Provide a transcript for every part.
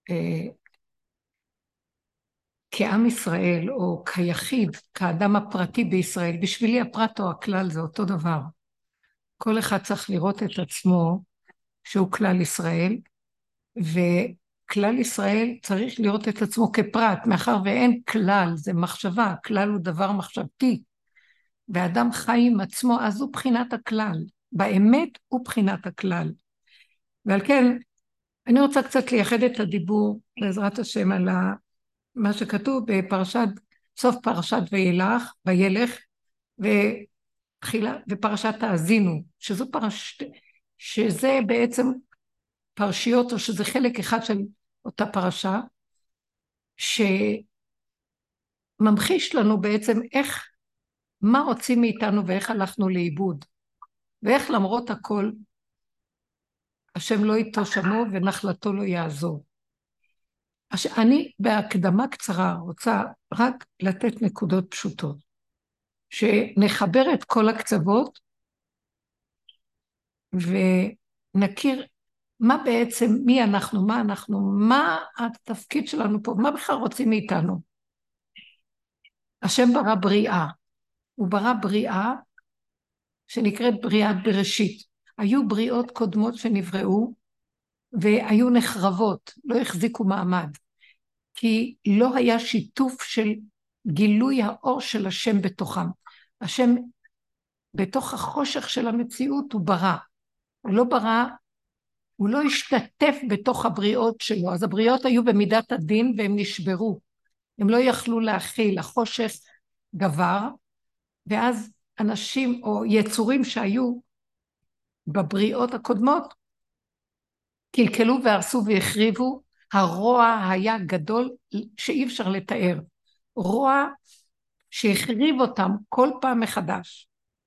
כעם ישראל, או כיחיד, כאדם הפרטי בישראל, בשבילי הפרט או הכלל זה אותו דבר. כל אחד צריך לראות את עצמו שהוא כלל ישראל, וכלל ישראל צריך לראות את עצמו כפרט, מאחר ואין כלל, זה מחשבה, כלל הוא דבר מחשבתי, ואדם חי עם עצמו, אז הוא בחינת הכלל, באמת הוא בחינת הכלל. ועל כן, אני רוצה קצת לייחד את הדיבור, בעזרת השם, על מה שכתוב בפרשת, סוף פרשת וילך, ופרשת האזינו, שזה בעצם פרשיות, או שזה חלק אחד של אותה פרשה, שממחיש לנו בעצם מה רוצים מאיתנו ואיך הלכנו לאיבוד, ואיך למרות הכל, השם לא איתו שמו ונחלתו לא יעזור. אני בהקדמה קצרה רוצה רק לתת נקודות פשוטות, שנחבר את כל הקצוות, ונכיר מה בעצם, מי אנחנו, מה התפקיד שלנו פה, מה בכלל רוצים מאיתנו. השם ברא בריאה, הוא ברא בריאה שנקראת בריאת בראשית. היו בריאות קודמות שנבראו, והיו נחרבות, לא החזיקו מעמד, כי לא היה שיתוף של גילוי האור של השם בתוכם. השם בתוך החושך של המציאות הוא ברא, הוא לא ברא, הוא לא השתתף בתוך הבריאות שלו, אז הבריאות היו במידת הדין והם נשברו, הם לא יכלו להכיל, החושך גבר, ואז אנשים או יצורים שהיו בבריאות הקודמות, קלקלו והרסו והחריבו, הרוע היה גדול שאי אפשר לתאר, רוע שהחריב אותם כל פעם מחדש.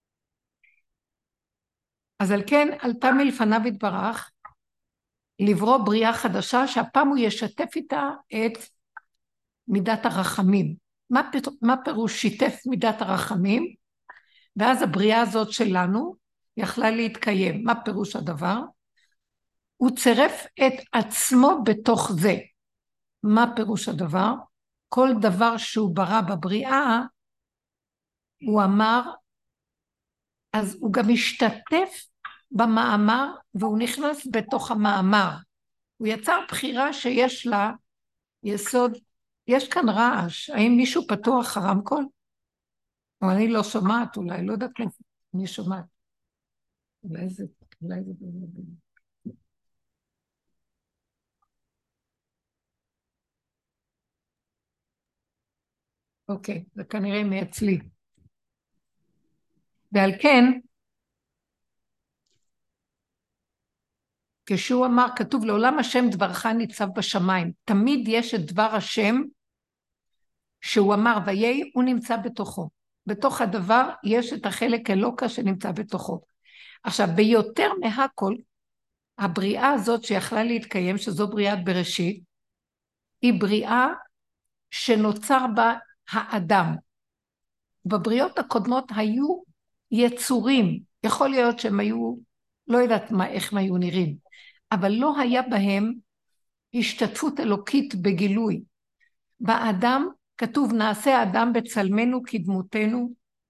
אז על כן עלתה מלפניו יתברך, לברוא בריאה חדשה, שהפעם הוא ישתף איתה את מידת הרחמים. מה פירוש שיתף מידת הרחמים? ואז הבריאה הזאת שלנו יכלה להתקיים. מה פירוש הדבר? הוא צירף את עצמו בתוך זה. מה פירוש הדבר? כל דבר שהוא ברא בבריאה, הוא אמר, אז הוא גם השתתף במאמר, והוא נכנס בתוך המאמר. הוא יצר בחירה שיש לה יסוד. יש כאן רעש, האם מישהו פתוח הרמקול? או אני לא שומעת, אולי, לא יודעת איפה, אני שומעת. אולי זה... אוקיי, זה כנראה מאצלי. ועל כן, כשהוא אמר, כתוב, לעולם השם דברך ניצב בשמיים. תמיד יש את דבר השם, שהוא אמר, ויהי, הוא נמצא בתוכו. בתוך הדבר יש את החלק אלוקה שנמצא בתוכו. עכשיו, ביותר מהכל, הבריאה הזאת שיכלה להתקיים, שזו בריאת בראשית, היא בריאה שנוצר בה האדם. בבריאות הקודמות היו יצורים, יכול להיות שהם היו, לא יודעת איך הם היו נראים, אבל לא היה בהם השתתפות אלוקית בגילוי. באדם כתוב נעשה אדם בצלמנו כדמותנו,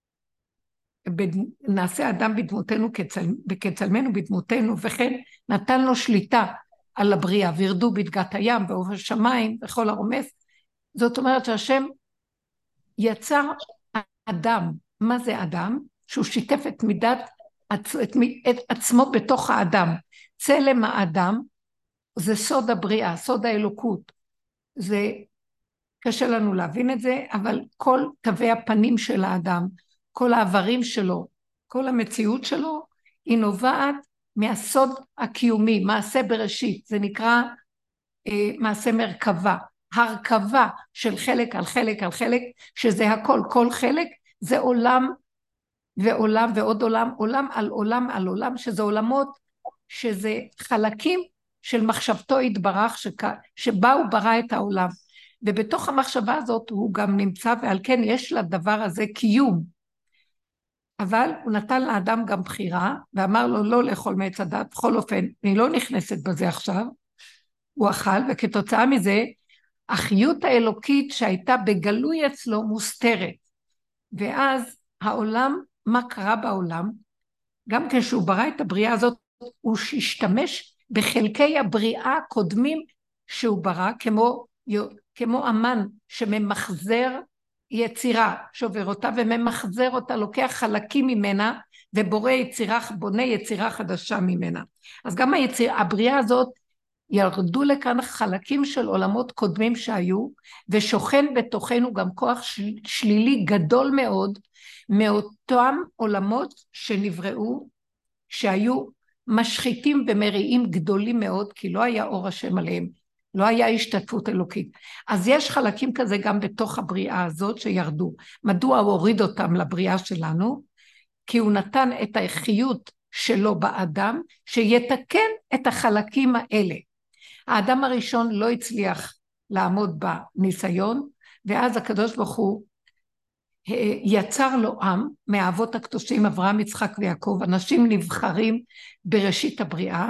נעשה אדם בדמותנו כצלמנו בדמותנו, וכן נתן לו שליטה על הבריאה, וירדו בדגת הים, בעוף השמיים, וכל הרומס. זאת אומרת שהשם יצר אדם. מה זה אדם? שהוא שיתף את את עצמו בתוך האדם. צלם האדם זה סוד הבריאה, סוד האלוקות. זה קשה לנו להבין את זה, אבל כל תווי הפנים של האדם, כל העברים שלו, כל המציאות שלו, היא נובעת מהסוד הקיומי, מעשה בראשית. זה נקרא מעשה מרכבה, הרכבה של חלק על חלק על חלק, שזה הכל, כל חלק זה עולם ועולם ועוד עולם, עולם על עולם על עולם, שזה עולמות, שזה חלקים של מחשבתו יתברך, שבה הוא ברא את העולם. ובתוך המחשבה הזאת הוא גם נמצא, ועל כן יש לדבר הזה קיום. אבל הוא נתן לאדם גם בחירה, ואמר לו לא לאכול מעץ הדת, בכל אופן, אני לא נכנסת בזה עכשיו, הוא אכל, וכתוצאה מזה, החיות האלוקית שהייתה בגלוי אצלו מוסתרת. ואז העולם, מה קרה בעולם? גם כשהוא ברא את הבריאה הזאת, הוא השתמש בחלקי הבריאה הקודמים שהוא ברא, כמו אמן שממחזר יצירה, שובר אותה וממחזר אותה, לוקח חלקים ממנה ובורא יצירה, בונה יצירה חדשה ממנה. אז גם הבריאה הזאת, ירדו לכאן חלקים של עולמות קודמים שהיו, ושוכן בתוכנו גם כוח שלילי גדול מאוד, מאותם עולמות שנבראו, שהיו משחיתים ומריעים גדולים מאוד, כי לא היה אור השם עליהם, לא היה השתתפות אלוקית. אז יש חלקים כזה גם בתוך הבריאה הזאת שירדו. מדוע הוא הוריד אותם לבריאה שלנו? כי הוא נתן את החיות שלו באדם, שיתקן את החלקים האלה. האדם הראשון לא הצליח לעמוד בניסיון, ואז הקדוש ברוך הוא יצר לו עם מהאבות הקדושים אברהם, יצחק ויעקב, אנשים נבחרים בראשית הבריאה,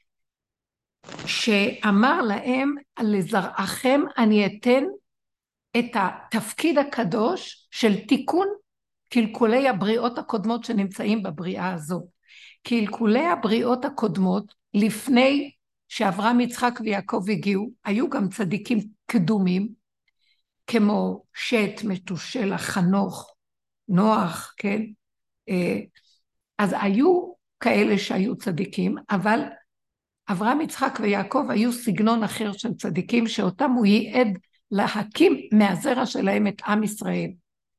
שאמר להם, לזרעכם אני אתן את התפקיד הקדוש של תיקון קלקולי הבריאות הקודמות שנמצאים בבריאה הזאת. קלקולי הבריאות הקודמות, לפני שאברהם, יצחק ויעקב הגיעו, היו גם צדיקים קדומים, כמו שת, מתושלח, חנוך, נוח, כן? אז היו כאלה שהיו צדיקים, אבל אברהם, יצחק ויעקב היו סגנון אחר של צדיקים, שאותם הוא ייעד להקים מהזרע שלהם את עם ישראל.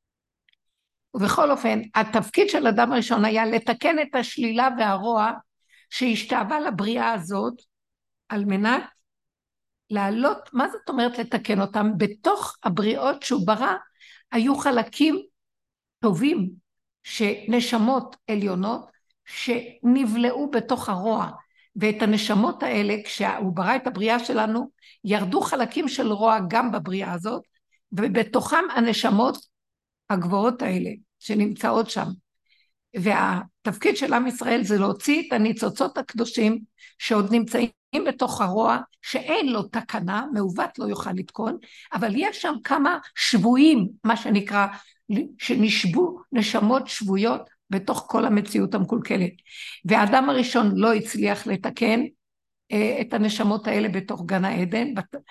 ובכל אופן, התפקיד של אדם הראשון היה לתקן את השלילה והרוע שהשתאבה לבריאה הזאת, על מנת לעלות, מה זאת אומרת לתקן אותם? בתוך הבריאות שהוא ברא, היו חלקים טובים, שנשמות עליונות, שנבלעו בתוך הרוע, ואת הנשמות האלה, כשהוא ברא את הבריאה שלנו, ירדו חלקים של רוע גם בבריאה הזאת, ובתוכם הנשמות הגבוהות האלה, שנמצאות שם. והתפקיד של עם ישראל זה להוציא את הניצוצות הקדושים, שעוד נמצאים בתוך הרוע, שאין לו תקנה, מעוות לא יוכל לתקון, אבל יש שם כמה שבויים, מה שנקרא, שנשבו נשמות שבויות, בתוך כל המציאות המקולקלת. והאדם הראשון לא הצליח לתקן את הנשמות האלה בתוך גן העדן,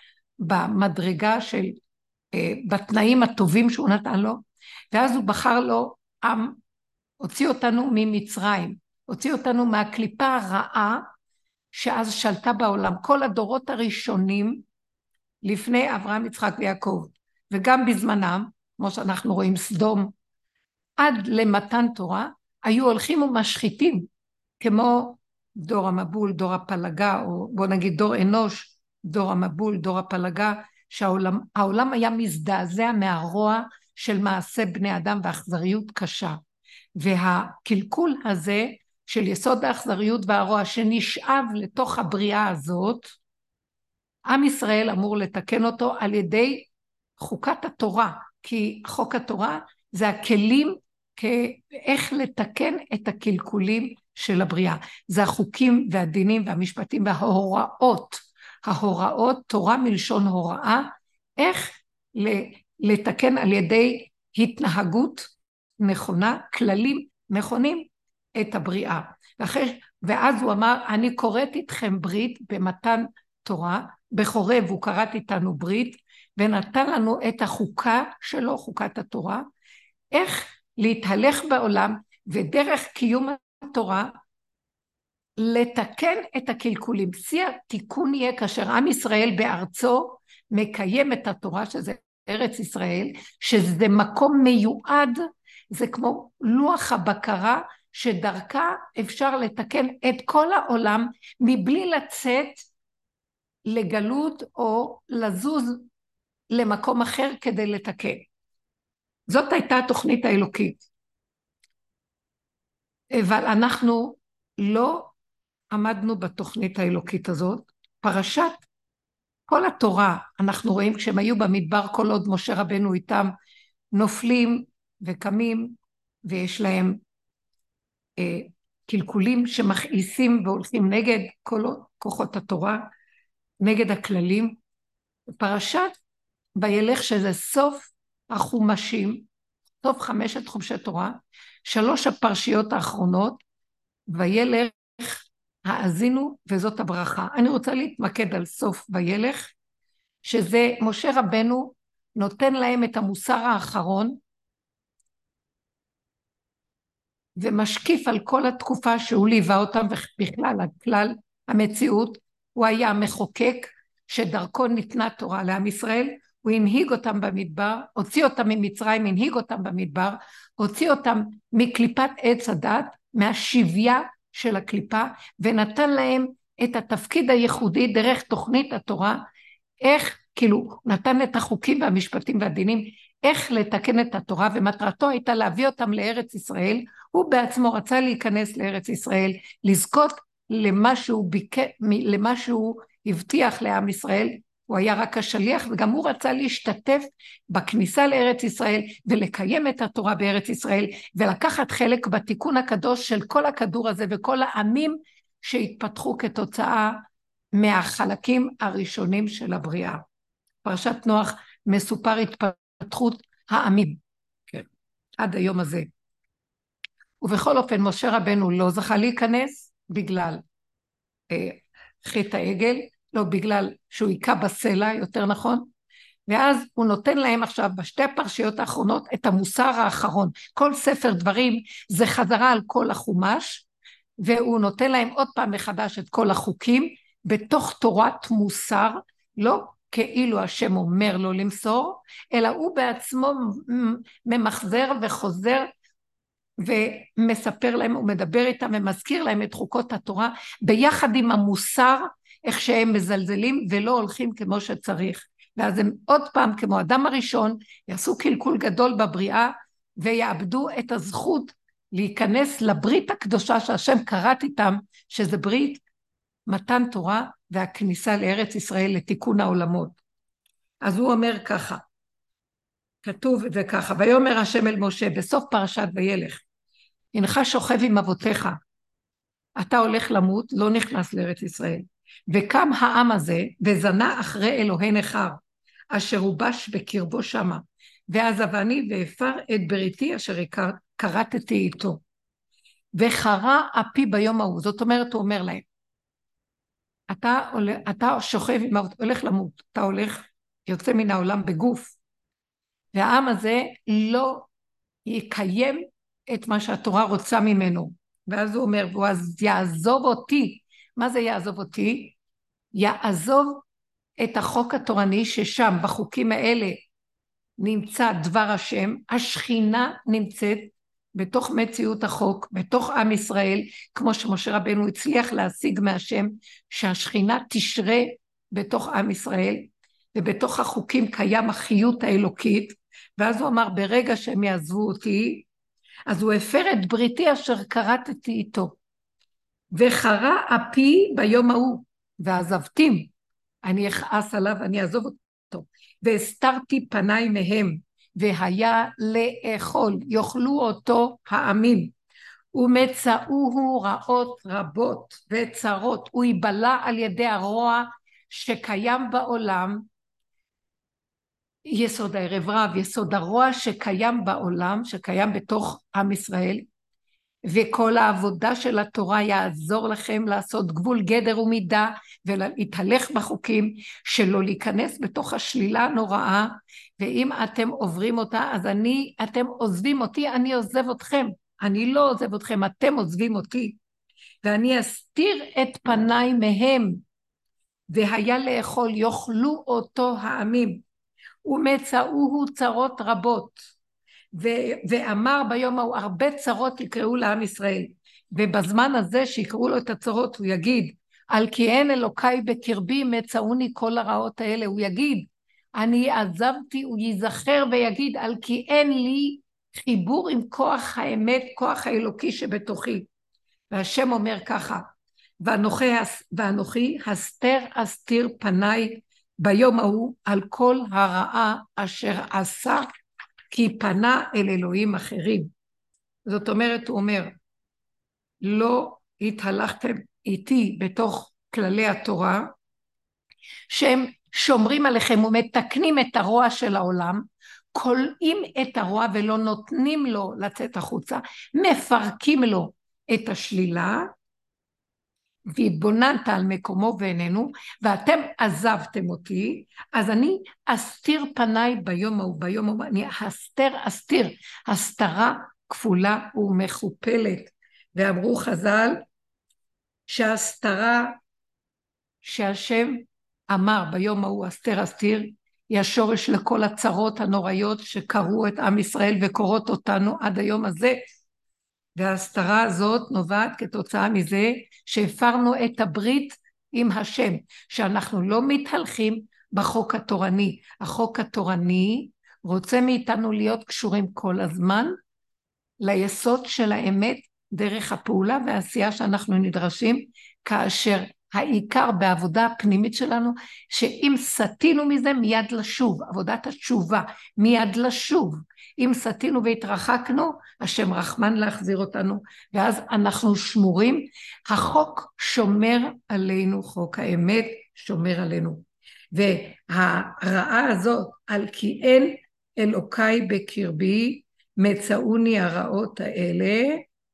במדרגה של, בתנאים הטובים שהוא נתן לו, ואז הוא בחר לו עם, הוציא אותנו ממצרים, הוציא אותנו מהקליפה הרעה, שאז שלטה בעולם. כל הדורות הראשונים, לפני אברהם, יצחק ויעקב, וגם בזמנם, כמו שאנחנו רואים, סדום, עד למתן תורה, היו הולכים ומשחיתים, כמו דור המבול, דור הפלגה, או בוא נגיד דור אנוש, דור המבול, דור הפלגה, שהעולם היה מזדעזע מהרוע של מעשה בני אדם ואכזריות קשה. והקלקול הזה של יסוד האכזריות והרוע שנשאב לתוך הבריאה הזאת, עם ישראל אמור לתקן אותו על ידי חוקת התורה, כי חוק התורה זה הכלים איך לתקן את הקלקולים של הבריאה. זה החוקים והדינים והמשפטים וההוראות. ההוראות, תורה מלשון הוראה, איך לתקן על ידי התנהגות נכונה, כללים נכונים את הבריאה. ואז הוא אמר, אני קוראת איתכם ברית במתן תורה, בחורב הוא קראת איתנו ברית, ונתן לנו את החוקה שלו, חוקת התורה, איך להתהלך בעולם, ודרך קיום התורה, לתקן את הקלקולים. שיא התיקון יהיה כאשר עם ישראל בארצו, מקיים את התורה, שזה ארץ ישראל, שזה מקום מיועד, זה כמו לוח הבקרה, שדרכה אפשר לתקן את כל העולם, מבלי לצאת לגלות או לזוז למקום אחר כדי לתקן. זאת הייתה התוכנית האלוקית. אבל אנחנו לא עמדנו בתוכנית האלוקית הזאת. פרשת כל התורה, אנחנו רואים כשהם היו במדבר, כל עוד משה רבנו איתם, נופלים וקמים, ויש להם קלקולים שמכעיסים והולכים נגד כל כוחות התורה, נגד הכללים. פרשת וילך, שזה סוף החומשים, סוף 5 חומשי תורה, 3 הפרשיות האחרונות, וילך האזינו, וזאת הברכה. אני רוצה להתמקד על סוף וילך, שזה משה רבנו נותן להם את המוסר האחרון, ומשקיף על כל התקופה שהוא ליווה אותם, ובכלל, על כלל המציאות. הוא היה המחוקק שדרכו ניתנה תורה לעם ישראל, הוא הנהיג אותם במדבר, הוציא אותם ממצרים, הנהיג אותם במדבר, הוציא אותם מקליפת עץ הדת, מהשביה של הקליפה, ונתן להם את התפקיד הייחודי דרך תוכנית התורה, איך, כאילו, נתן את החוקים והמשפטים והדינים, איך לתקן את התורה, ומטרתו הייתה להביא אותם לארץ ישראל. הוא בעצמו רצה להיכנס לארץ ישראל, לזכות למה שהוא הבטיח לעם ישראל. הוא היה רק השליח, וגם הוא רצה להשתתף בכניסה לארץ ישראל, ולקיים את התורה בארץ ישראל, ולקחת חלק בתיקון הקדוש של כל הכדור הזה, וכל העמים שהתפתחו כתוצאה מהחלקים הראשונים של הבריאה. פרשת נוח מסופר התפתחות העמים, כן, עד היום הזה. ובכל אופן, משה רבנו לא זכה להיכנס, בגלל חטא העגל, לא, בגלל שהוא היכה בסלע, יותר נכון, ואז הוא נותן להם עכשיו, בשתי הפרשיות האחרונות, את המוסר האחרון. כל ספר דברים זה חזרה על כל החומש, והוא נותן להם עוד פעם מחדש את כל החוקים, בתוך תורת מוסר, לא כאילו השם אומר לו למסור, אלא הוא בעצמו ממחזר וחוזר, ומספר להם, הוא מדבר איתם ומזכיר להם את חוקות התורה, ביחד עם המוסר, איך שהם מזלזלים ולא הולכים כמו שצריך. ואז הם עוד פעם, כמו אדם הראשון, יעשו קלקול גדול בבריאה, ויאבדו את הזכות להיכנס לברית הקדושה שהשם קראת איתם, שזה ברית מתן תורה והכניסה לארץ ישראל לתיקון העולמות. אז הוא אומר ככה, כתוב את זה ככה, ויאמר השם אל משה, בסוף פרשת וילך, הנך שוכב עם אבותיך, אתה הולך למות, לא נכנס לארץ ישראל. וקם העם הזה, וזנה אחרי אלוהי נחר, אשר הובש בקרבו שמה, ועזבני והפר את בריתי אשר קראתי איתו. וחרה אפי ביום ההוא, זאת אומרת, הוא אומר להם, אתה שוכב, הולך למות, אתה הולך, יוצא מן העולם בגוף, והעם הזה לא יקיים את מה שהתורה רוצה ממנו. ואז הוא אומר, והוא אז יעזוב אותי. מה זה יעזוב אותי? יעזוב את החוק התורני, ששם בחוקים האלה נמצא דבר השם, השכינה נמצאת בתוך מציאות החוק, בתוך עם ישראל, כמו שמשה רבנו הצליח להשיג מהשם, שהשכינה תשרה בתוך עם ישראל, ובתוך החוקים קיים החיות האלוקית. ואז הוא אמר, ברגע שהם יעזבו אותי, אז הוא הפר את בריתי אשר קראתי איתו, וחרה אפי ביום ההוא, ועזבתים, אני אכעס עליו, אני אעזוב אותו, והסתרתי פניי מהם, והיה לאכול, יאכלו אותו העמים, ומצאוהו רעות רבות וצרות, הוא ייבלע על ידי הרוע שקיים בעולם, יסוד הערב רב, יסוד הרוע שקיים בעולם, שקיים בתוך עם ישראל, וכל העבודה של התורה יעזור לכם לעשות גבול גדר ומידה, ולהתהלך בחוקים, שלא להיכנס בתוך השלילה הנוראה, ואם אתם עוברים אותה, אז אתם עוזבים אותי, אני עוזב אתכם, אני לא עוזב אתכם, אתם עוזבים אותי, ואני אסתיר את פניי מהם, והיה לאכול, יאכלו אותו העמים, ומצאוהו צרות רבות, ואמר ביום ההוא, הרבה צרות יקראו לעם ישראל, ובזמן הזה שיקראו לו את הצרות, הוא יגיד, על כי אין אלוקיי בקרבי, מצאוני כל הרעות האלה, הוא יגיד, אני עזבתי, הוא ייזכר ויגיד, על כי אין לי חיבור עם כוח האמת, כוח האלוקי שבתוכי. והשם אומר ככה, ואנוכי הסתר אסתיר פניי ביום ההוא על כל הרעה אשר עשה, כי פנה אל אלוהים אחרים. זאת אומרת, הוא אומר, לא התהלכתם איתי בתוך כללי התורה, שהם שומרים עליכם ומתקנים את הרוע של העולם, קולעים את הרוע ולא נותנים לו לצאת החוצה, מפרקים לו את השלילה, והתבוננת על מקומו ואיננו, ואתם עזבתם אותי, אז אני אסתיר פניי ביום ההוא, ביום ההוא, אני אסתיר, הסתרה כפולה ומכופלת. ואמרו חז"ל, שהסתרה שהשם אמר ביום ההוא אסתר אסתיר, היא השורש לכל הצרות הנוראיות שקרו את עם ישראל וקורות אותנו עד היום הזה. וההסתרה הזאת נובעת כתוצאה מזה שהפרנו את הברית עם השם, שאנחנו לא מתהלכים בחוק התורני. החוק התורני רוצה מאיתנו להיות קשורים כל הזמן ליסוד של האמת, דרך הפעולה והעשייה שאנחנו נדרשים, כאשר העיקר בעבודה הפנימית שלנו, שאם סתינו מזה מיד לשוב, עבודת התשובה, מיד לשוב. אם סתינו והתרחקנו, השם רחמן להחזיר אותנו, ואז אנחנו שמורים. החוק שומר עלינו, חוק האמת שומר עלינו. והרעה הזאת, על כי אין אלוקיי בקרבי, מצאוני הרעות האלה,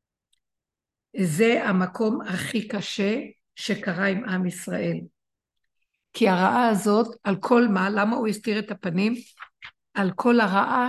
זה המקום הכי קשה שקרה עם עם ישראל. כי הרעה הזאת, על כל מה, למה הוא הסתיר את הפנים? על כל הרעה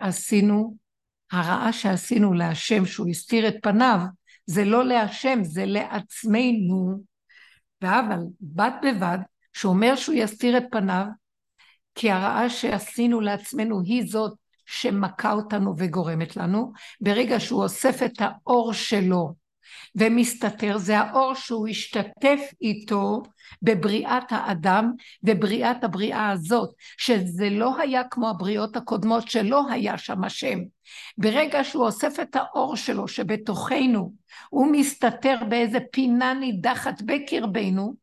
שעשינו להשם, שהוא הסתיר את פניו, זה לא להשם, זה לעצמנו. אבל בד בבד, שאומר שהוא יסתיר את פניו, כי הרעה שעשינו לעצמנו היא זאת שמכה אותנו וגורמת לנו, ברגע שהוא אוסף את האור שלו, ומסתתר, זה האור שהוא השתתף איתו בבריאת האדם ובריאת הבריאה הזאת, שזה לא היה כמו הבריאות הקודמות שלא היה שם השם. ברגע שהוא אוסף את האור שלו שבתוכנו, הוא מסתתר באיזה פינה נידחת בקרבנו,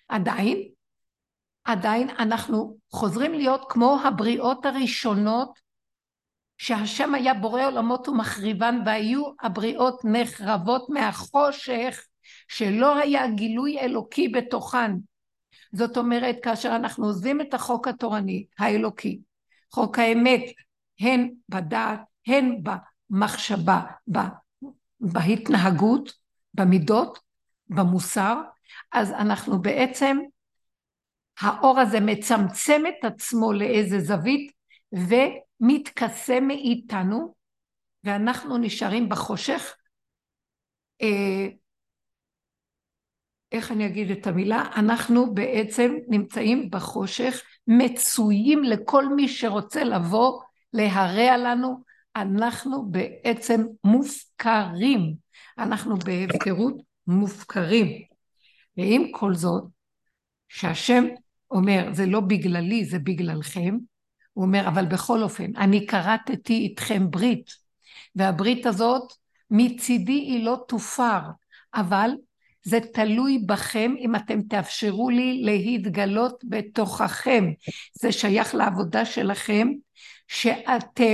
עדיין אנחנו חוזרים להיות כמו הבריאות הראשונות, שהשם היה בורא עולמות ומחריבן, והיו הבריאות נחרבות מהחושך, שלא היה גילוי אלוקי בתוכן. זאת אומרת, כאשר אנחנו עוזבים את החוק התורני, האלוקי, חוק האמת, הן בדעת, הן במחשבה, בהתנהגות, במידות, במוסר, אז אנחנו בעצם, האור הזה מצמצם את עצמו לאיזה זווית, מתכסה מאיתנו, ואנחנו נשארים בחושך. איך אני אגיד את המילה? אנחנו בעצם נמצאים בחושך, מצויים לכל מי שרוצה לבוא להרע לנו, אנחנו בעצם מופקרים, אנחנו בהפקרות מופקרים. ועם כל זאת, שהשם אומר, זה לא בגללי, זה בגללכם, הוא אומר, אבל בכל אופן, אני קראתי איתכם ברית, והברית הזאת מצידי היא לא תופר, אבל זה תלוי בכם אם אתם תאפשרו לי להתגלות בתוככם. זה שייך לעבודה שלכם, שאתם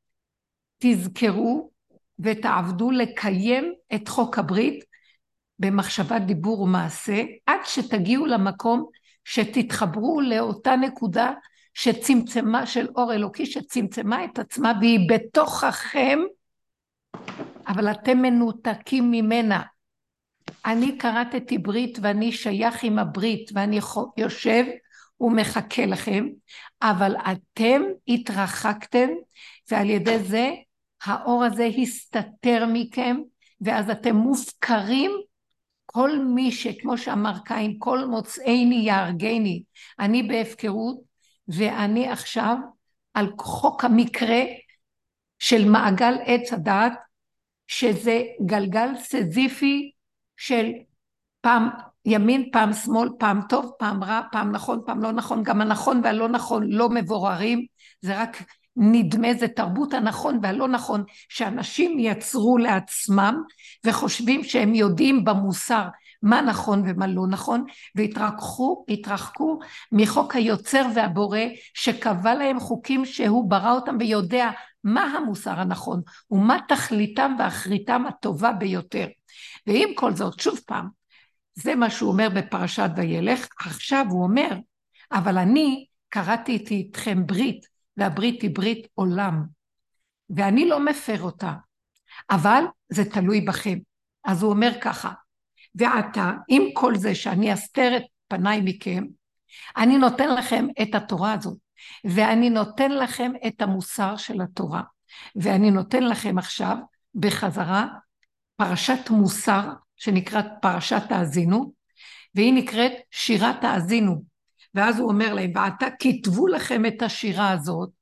תזכרו ותעבדו לקיים את חוק הברית, במחשבה, דיבור ומעשה, עד שתגיעו למקום שתתחברו לאותה נקודה, שצמצמה של אור אלוקי, שצמצמה את עצמה, והיא בתוככם, אבל אתם מנותקים ממנה. אני קראתי ברית, ואני שייך עם הברית, ואני יושב ומחכה לכם, אבל אתם התרחקתם, ועל ידי זה, האור הזה הסתתר מכם, ואז אתם מופקרים, כל מי שכמו שאמר קין, כל מוצאיני יהרגני, אני בהפקרות, ואני עכשיו על חוק המקרה של מעגל עץ הדעת, שזה גלגל סזיפי של פעם ימין, פעם שמאל, פעם טוב, פעם רע, פעם נכון, פעם לא נכון, גם הנכון והלא נכון לא מבוררים, זה רק נדמה, זה תרבות הנכון והלא נכון, שאנשים יצרו לעצמם, וחושבים שהם יודעים במוסר, מה נכון ומה לא נכון, והתרחקו מחוק היוצר והבורא, שקבע להם חוקים שהוא ברא אותם, ויודע מה המוסר הנכון, ומה תכליתם ואחריתם הטובה ביותר. ועם כל זאת, שוב פעם, זה מה שהוא אומר בפרשת וילך, עכשיו הוא אומר, אבל אני קראתי איתכם ברית, והברית היא ברית עולם, ואני לא מפר אותה, אבל זה תלוי בכם. אז הוא אומר ככה, ועתה, עם כל זה שאני אסתר את פניי מכם, אני נותן לכם את התורה הזאת, ואני נותן לכם את המוסר של התורה, ואני נותן לכם עכשיו בחזרה פרשת מוסר, שנקראת פרשת האזינו, והיא נקראת שירת האזינו. ואז הוא אומר להם, ועתה כתבו לכם את השירה הזאת,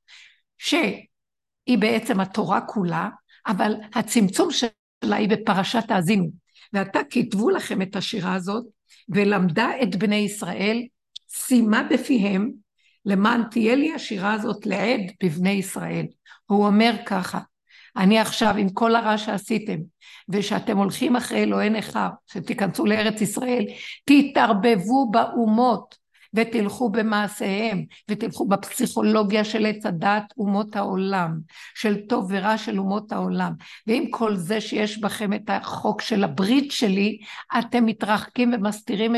שהיא בעצם התורה כולה, אבל הצמצום שלה היא בפרשת האזינו. ועתה כתבו לכם את השירה הזאת, ולמדה את בני ישראל, שימה בפיהם, למען תהיה לי השירה הזאת לעד בבני ישראל. הוא אומר ככה, אני עכשיו עם כל הרע שעשיתם, ושאתם הולכים אחרי אלוהי נכר, שתיכנסו לארץ ישראל, תתערבבו באומות, ותלכו במעשיהם, ותלכו בפסיכולוגיה של עץ הדעת אומות העולם, של טוב ורע של אומות העולם, ועם כל זה שיש בכם את החוק של הברית שלי, אתם מתרחקים ומסתירים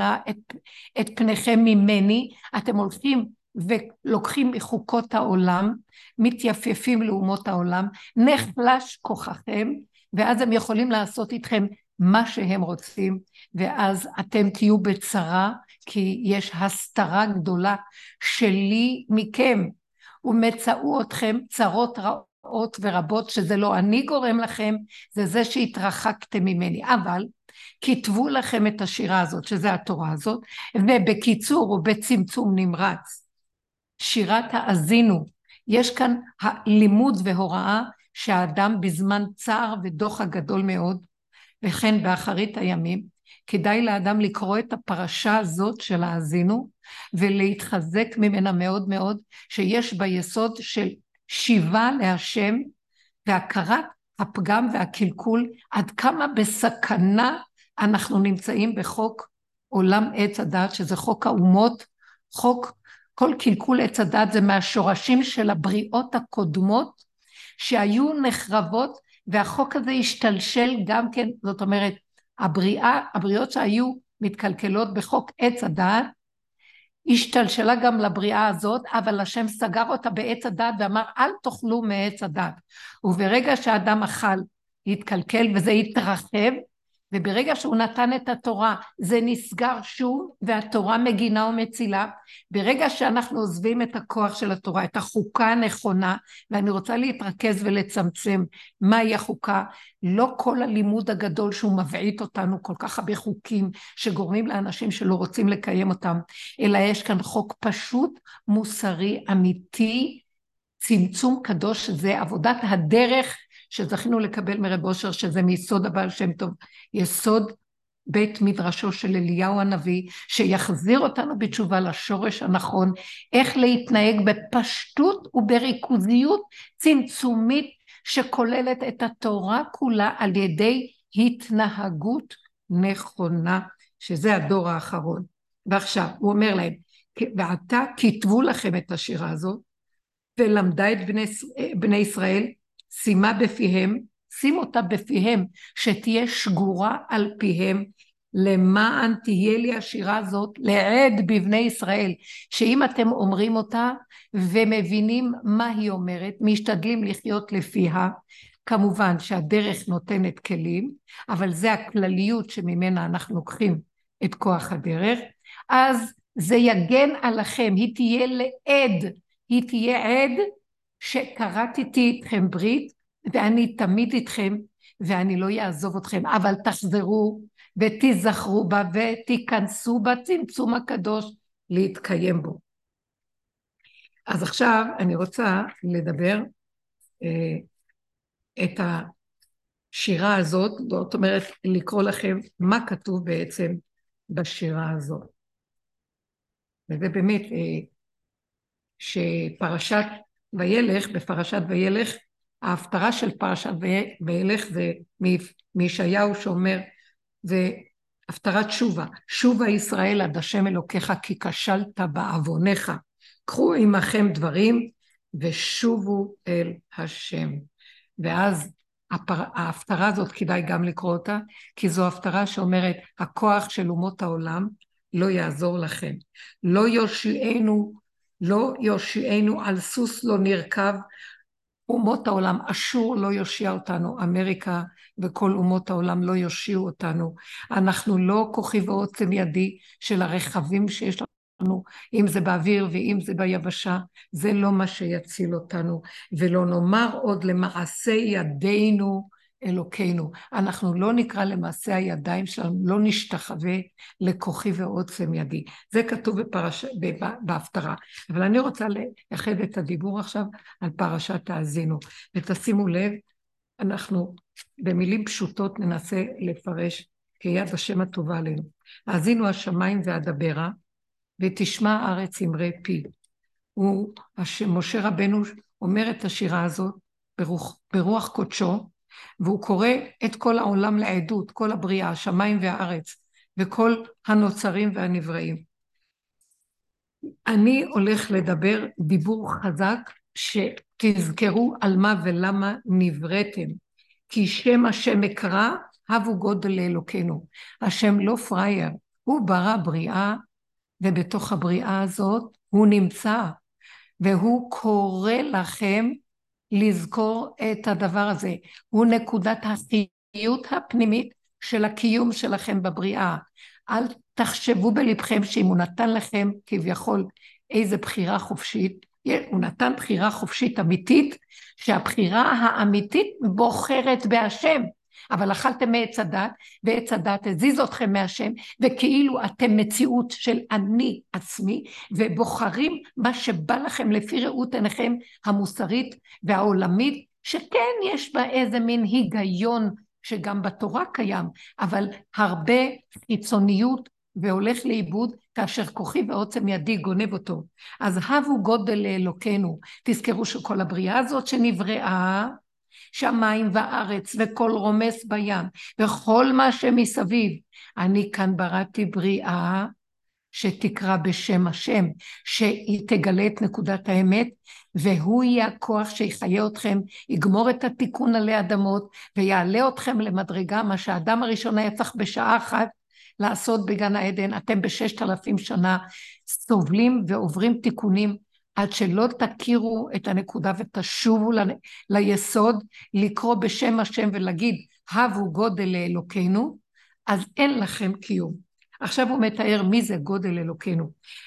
את פניכם ממני, אתם הולכים ולוקחים מחוקות העולם, מתייפייפים לאומות העולם, נחלש כוחכם, ואז הם יכולים לעשות איתכם מה שהם רוצים, ואז אתם תהיו בצרה, כי יש הסתרה גדולה שלי מכם, ומצאו אתכם צרות רעות ורבות, שזה לא אני גורם לכם, זה זה שהתרחקתם ממני, אבל כתבו לכם את השירה הזאת, שזה התורה הזאת, ובקיצור ובצמצום נמרץ, שירת האזינו, יש כאן לימוד והוראה שהאדם בזמן צער ודוחק גדול מאוד, וכן באחרית הימים, כדאי לאדם לקרוא את הפרשה הזאת של האזינו, ולהתחזק ממנה מאוד מאוד, שיש ביסוד של שיבה להשם, והכרת הפגם והקלקול, עד כמה בסכנה אנחנו נמצאים בחוק עולם עץ הדת, שזה חוק האומות, כל קלקול עץ הדת זה מהשורשים של הבריאות הקודמות, שהיו נחרבות, והחוק הזה השתלשל גם כן, זאת אומרת, הבריאות שהיו מתקלקלות בחוק עץ הדעת, השתלשלה גם לבריאה הזאת, אבל השם סגר אותה בעץ הדעת, ואמר, אל תאכלו מעץ הדעת. וברגע שהאדם אכל, התקלקל, וזה התרחב, וברגע שהוא נתן את התורה, זה נסגר שוב, והתורה מגינה ומצילה. ברגע שאנחנו עוזבים את הכוח של התורה, את החוקה הנכונה, ואני רוצה להתרכז ולצמצם מהי החוקה, לא כל הלימוד הגדול שהוא מבעית אותנו, כל כך הרבה חוקים שגורמים לאנשים שלא רוצים לקיים אותם, אלא יש כאן חוק פשוט, מוסרי, אמיתי, צמצום קדוש, זה עבודת הדרך, שזכינו לקבל מרב אושר, שזה מיסוד הבעל שם טוב, יסוד בית מדרשו של אליהו הנביא, שיחזיר אותנו בתשובה לשורש הנכון, איך להתנהג בפשטות ובריכוזיות צמצומית, שכוללת את התורה כולה על ידי התנהגות נכונה, שזה הדור האחרון. ועכשיו הוא אומר להם, ועתה כתבו לכם את השירה הזאת, ולמדה את בני ישראל, שימה בפיהם, שים אותה בפיהם, שתהיה שגורה על פיהם, למען תהיה לי השירה הזאת לעד בבני ישראל, שאם אתם אומרים אותה ומבינים מה היא אומרת, משתדלים לחיות לפיה, כמובן שהדרך נותנת כלים, אבל זה הכלליות שממנה אנחנו לוקחים את כוח הדרך, אז זה יגן עליכם, היא תהיה לעד, היא תהיה עד שקראתי איתכם ברית, ואני תמיד איתכם, ואני לא יעזוב אתכם, אבל תחזרו ותיזכרו בה, ותיכנסו בצמצום הקדוש להתקיים בו. אז עכשיו אני רוצה לדבר את השירה הזאת, זאת אומרת לקרוא לכם מה כתוב בעצם בשירה הזאת. וזה באמת שפרשת וילך, בפרשת וילך, ההפטרה של פרשת וילך זה מישעיהו שאומר, זה הפטרת שובה, שובה ישראל עד השם אלוקיך כי כשלת בעוונך, קחו עמכם דברים ושובו אל השם. ואז ההפטרה הזאת כדאי גם לקרוא אותה, כי זו הפטרה שאומרת הכוח של אומות העולם לא יעזור לכם. לא יושיענו על סוס לא נרכב, אומות העולם, אשור לא יושיע אותנו, אמריקה וכל אומות העולם לא יושיעו אותנו. אנחנו לא כוחי ועוצם ידי של הרכבים שיש לנו, אם זה באוויר ואם זה ביבשה, זה לא מה שיציל אותנו. ולא נאמר עוד למעשה ידינו אלוקינו. אנחנו לא נקרא למעשה הידיים שלנו, לא נשתחווה לכוחי ועוצם ידי. זה כתוב בהפטרה. אבל אני רוצה לייחד את הדיבור עכשיו על פרשת האזינו. ותשימו לב, אנחנו במילים פשוטות ננסה לפרש כיד השם הטובה עלינו. האזינו השמיים ואדברה, ותשמע הארץ אמרי פי. משה רבנו אומר את השירה הזאת ברוח קודשו, והוא קורא את כל העולם לעדות, כל הבריאה, השמיים והארץ, וכל הנוצרים והנבראים. אני הולך לדבר דיבור חזק, שתזכרו על מה ולמה נבראתם. כי שם השם אקרא, הבו גודל לאלוקינו. השם לא פרייר, הוא ברא בריאה, ובתוך הבריאה הזאת הוא נמצא, והוא קורא לכם לזכור את הדבר הזה. הוא נקודת החיות הפנימית של הקיום שלכם בבריאה. אל תחשבו בלבכם שאם הוא נתן לכם כביכול איזה בחירה חופשית, הוא נתן בחירה חופשית אמיתית, שהבחירה האמיתית בוחרת בהשם. אבל אכלתם מעץ הדת, ועץ הדת הזיז אתכם מהשם, וכאילו אתם מציאות של אני עצמי, ובוחרים מה שבא לכם לפי ראות עיניכם המוסרית והעולמית, שכן יש בה איזה מין היגיון שגם בתורה קיים, אבל הרבה חיצוניות והולך לאיבוד, כאשר כוחי ועוצם ידי גונב אותו. אז הבו גודל לאלוקינו. תזכרו שכל הבריאה הזאת שנבראה, שמיים וארץ וכל רומס בים וכל מה שמסביב, אני כאן בראתי בריאה שתקרא בשם השם, שהיא תגלה את נקודת האמת, והוא יהיה הכוח שיחיה אתכם, יגמור את התיקון עלי אדמות ויעלה אתכם למדרגה, מה שהאדם הראשון היה צריך בשעה אחת לעשות בגן העדן. אתם ב6,000 שנה סובלים ועוברים תיקונים, עד שלא תכירו את הנקודה ותשובו ליסוד, לקרוא בשם השם ולהגיד, הבו גודל לאלוקינו, אז אין לכם קיום. עכשיו הוא מתאר מי זה גודל אלוקינו.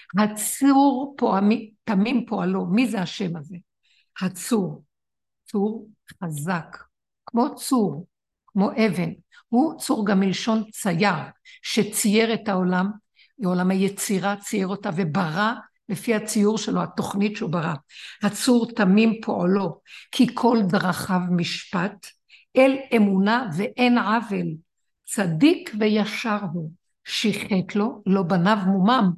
הצור תמים פועלו, מי זה השם הזה? הצור, צור חזק, כמו צור, כמו אבן. הוא צור גם מלשון צייר, שצייר את העולם, העולם היצירה צייר אותה וברא, לפי הציור שלו, התוכנית שהוא ברא. הצור תמים פועלו, כי כל דרכיו משפט, אל אמונה ואין עוול, צדיק וישר הוא, שיחת לו, לא בניו מומם,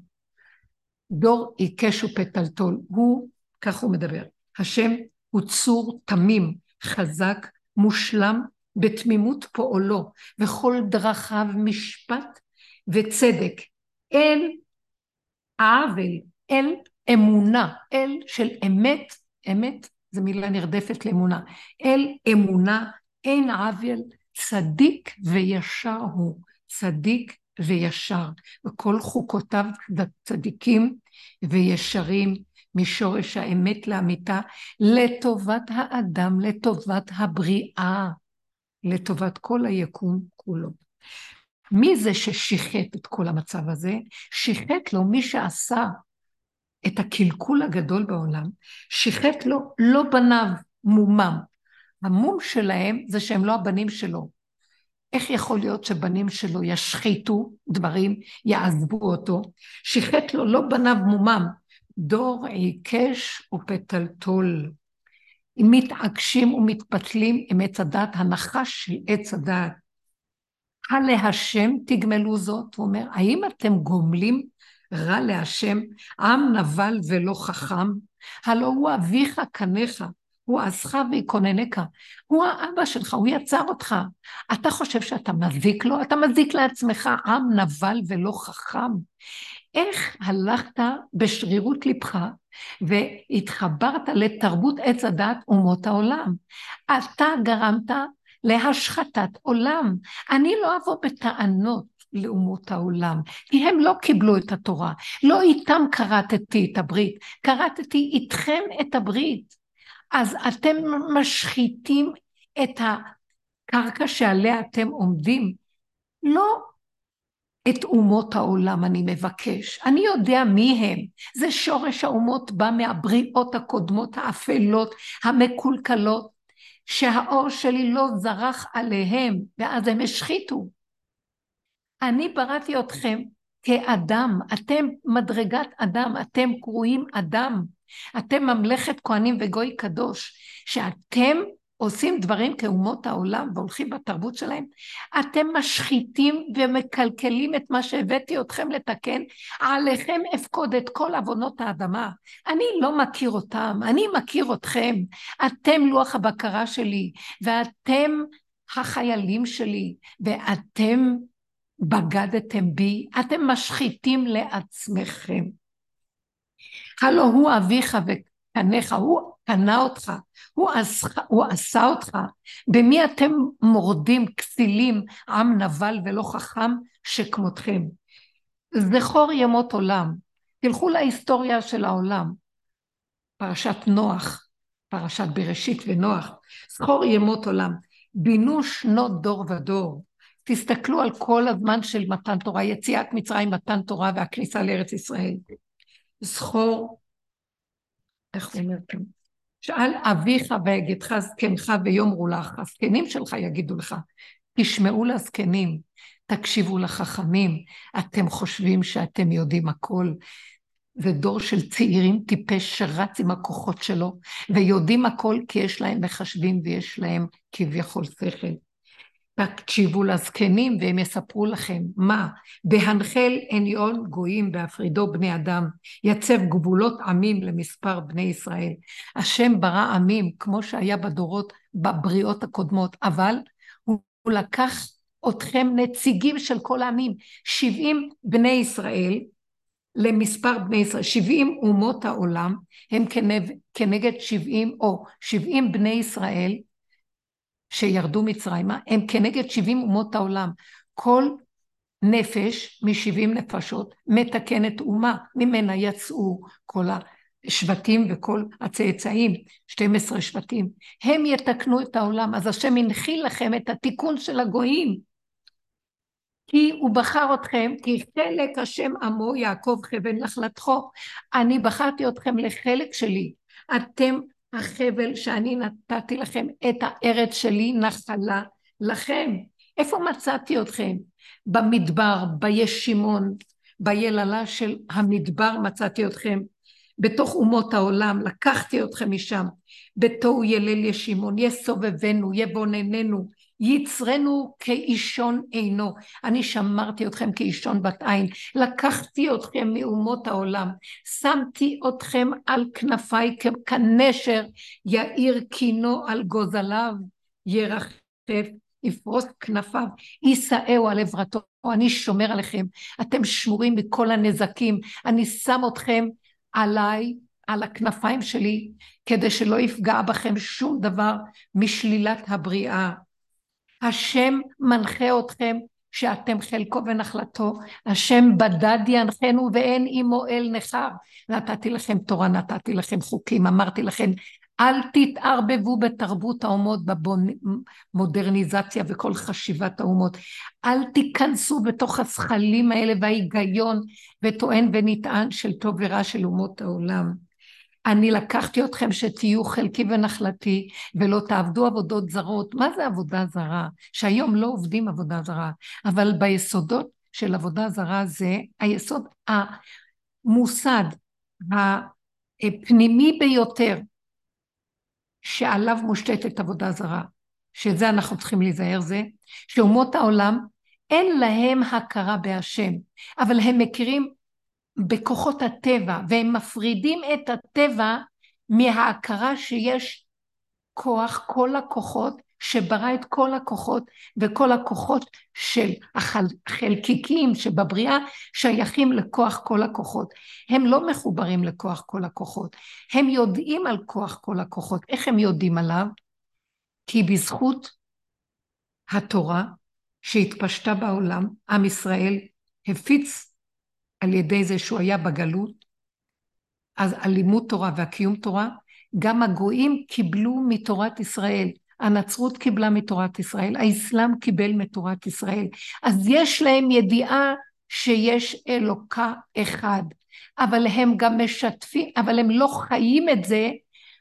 דור עיקש ופתלתול. הוא, כך הוא מדבר, השם הוא צור תמים, חזק, מושלם, בתמימות פועלו, וכל דרכיו משפט וצדק, אל עוול, אל אמונה, אל של אמת, אמת זה מילה נרדפת לאמונה, אל אמונה, אין עוול, צדיק וישר הוא, צדיק וישר, וכל חוקותיו צדיקים וישרים, משורש האמת לאמיתה, לטובת האדם, לטובת הבריאה, לטובת כל היקום כולו. מי זה ששיחת את כל המצב הזה? שיחת לו מי שעשה את הקלקול הגדול בעולם, שיחת לו לא בניו מומם. המום שלהם זה שהם לא הבנים שלו. איך יכול להיות שבנים שלו ישחיתו דברים, יעזבו אותו? שיחת לו לא בניו מומם, דור עיקש ופתלתול. אם מתעקשים ומתפתלים עם עץ הדת, הנחש של עץ הדת. הלהשם תגמלו זאת, הוא אומר, האם אתם גומלים רע להשם, עם נבל ולא חכם? הלא הוא אביך קניך, הוא עזך ויקוננך, הוא האבא שלך, הוא יצר אותך. אתה חושב שאתה מזיק לו? אתה מזיק לעצמך, עם נבל ולא חכם. איך הלכת בשרירות לבך והתחברת לתרבות עץ הדת אומות העולם? אתה גרמת להשחתת עולם. אני לא אבוא בטענות לאומות העולם, כי הם לא קיבלו את התורה, לא איתם קראתי את הברית, קראתי איתכם את הברית, אז אתם משחיתים את הקרקע שעליה אתם עומדים, לא את אומות העולם אני מבקש, אני יודע מי הם, זה שורש האומות בא מהבריאות הקודמות האפלות, המקולקלות, שהאור שלי לא זרח עליהם, ואז הם השחיתו. אני בראתי אתכם כאדם, אתם מדרגת אדם, אתם קרואים אדם, אתם ממלכת כהנים וגוי קדוש, שאתם עושים דברים כאומות העולם והולכים בתרבות שלהם, אתם משחיתים ומקלקלים את מה שהבאתי אתכם לתקן, עליכם אפקוד את כל עוונות האדמה, אני לא מכיר אותם, אני מכיר אתכם, אתם לוח הבקרה שלי, ואתם החיילים שלי, ואתם בגדתם בי, אתם משחיתים לעצמכם. הלא הוא אביך וקניך, הוא קנה אותך, הוא עשה אותך, במי אתם מורדים כסילים, עם נבל ולא חכם שכמותכם. זכור ימות עולם, תלכו להיסטוריה של העולם, פרשת נוח, פרשת בראשית ונוח, זכור ימות עולם, בינו שנות דור ודור, תסתכלו על כל הזמן של מתן תורה, יציאת מצרים, מתן תורה והכניסה לארץ ישראל. זכור, איך הוא אומר כאן? שאל אביך ויגדך זקנך ויאמרו לך, הזקנים שלך יגידו לך, תשמעו לזקנים, תקשיבו לחכמים, אתם חושבים שאתם יודעים הכל, זה דור של צעירים טיפש שרץ עם הכוחות שלו, ויודעים הכל כי יש להם מחשבים ויש להם כביכול שכל. תקשיבו לזקנים והם יספרו לכם מה, בהנחל עניון גויים בהפרידו בני אדם, יצב גבולות עמים למספר בני ישראל. השם ברא עמים כמו שהיה בדורות בבריאות הקודמות, אבל הוא לקח אתכם נציגים של כל העמים, 70 בני ישראל, למספר בני ישראל, 70 אומות העולם, הם כנגד 70 או 70 בני ישראל, שירדו מצרימה, הם כנגד 70 אומות העולם. כל נפש מ-70 נפשות מתקנת אומה, ממנה יצאו כל השבטים וכל הצאצאים, 12 שבטים. הם יתקנו את העולם, אז השם הנחיל לכם את התיקון של הגויים. כי הוא בחר אתכם, כי חלק השם עמו יעקב חבל נחלתו. אני בחרתי אתכם לחלק שלי. אתם החבל שאני נתתי לכם, את הארץ שלי נחלה לכם. איפה מצאתי אתכם? במדבר, בישימון, ביללה של המדבר מצאתי אתכם. בתוך אומות העולם, לקחתי אתכם משם. בתוהו ילל ישימון, יסובבנו, יבונננו, יצרנו כאישון עינו. אני שמרתי אתכם כאישון בת עין, לקחתי אתכם מאומות העולם, שמתי אתכם על כנפיי כנשר, יאיר קינו על גוזליו, ירחף, יפרוס כנפיו, יישאהו על עברתו. אני שומר עליכם, אתם שמורים מכל הנזקים, אני שם אתכם עליי, על הכנפיים שלי, כדי שלא יפגע בכם שום דבר משלילת הבריאה. השם מנחה אתכם שאתם חלקו ונחלתו, השם בדד ינחנו ואין עמו אל נחר. נתתי לכם תורה, נתתי לכם חוקים, אמרתי לכם, אל תתערבבו בתרבות האומות, במודרניזציה וכל חשיבת האומות, אל תיכנסו בתוך השכלים האלה וההיגיון וטוען ונטען של טוב ורע של אומות העולם. אני לקחתי אתכם שתהיו חלקי ונחלתי, ולא תעבדו עבודות זרות. מה זה עבודה זרה? שהיום לא עובדים עבודה זרה, אבל ביסודות של עבודה זרה זה היסוד המוסד, הפנימי ביותר, שעליו מושתתת עבודה זרה, שזה אנחנו צריכים להיזהר זה, שאומות העולם אין להם הכרה בהשם, אבל הם מכירים בכוחות הטבע, והם מפרידים את הטבע מההכרה שיש כוח, כל הכוחות, שברא את כל הכוחות, וכל הכוחות של החלקיקים שבבריאה שייכים לכוח כל הכוחות. הם לא מחוברים לכוח כל הכוחות, הם יודעים על כוח כל הכוחות. איך הם יודעים עליו? כי בזכות התורה שהתפשטה בעולם, עם ישראל הפיץ על ידי זה שהוא היה בגלות, אז הלימוד תורה והקיום תורה, גם הגויים קיבלו מתורת ישראל, הנצרות קיבלה מתורת ישראל, האסלאם קיבל מתורת ישראל, אז יש להם ידיעה שיש אלוקה אחד, אבל הם גם משתפים, אבל הם לא חיים את זה,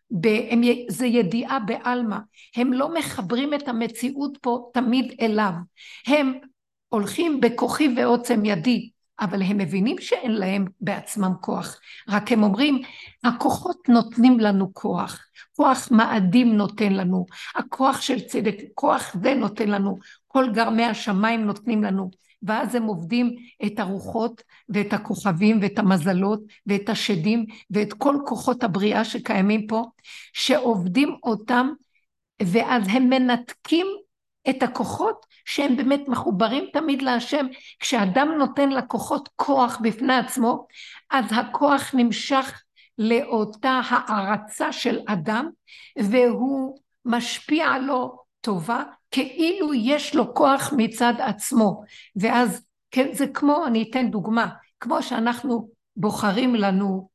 זה ידיעה בעלמא, הם לא מחברים את המציאות פה תמיד אליו, הם הולכים בכוחי ועוצם ידי, אבל הם מבינים שאין להם בעצמם כוח, רק הם אומרים, הכוחות נותנים לנו כוח, כוח מאדים נותן לנו, הכוח של צדק, כוח זה נותן לנו, כל גרמי השמיים נותנים לנו, ואז הם עובדים את הרוחות ואת הכוכבים ואת המזלות ואת השדים ואת כל כוחות הבריאה שקיימים פה, שעובדים אותם, ואז הם מנתקים את הכוחות שהם באמת מחוברים תמיד להשם. כשאדם נותן לכוחות כוח בפני עצמו, אז הכוח נמשך לאותה הערצה של אדם, והוא משפיע לו טובה, כאילו יש לו כוח מצד עצמו. ואז זה כמו, אני אתן דוגמה, כמו שאנחנו בוחרים לנו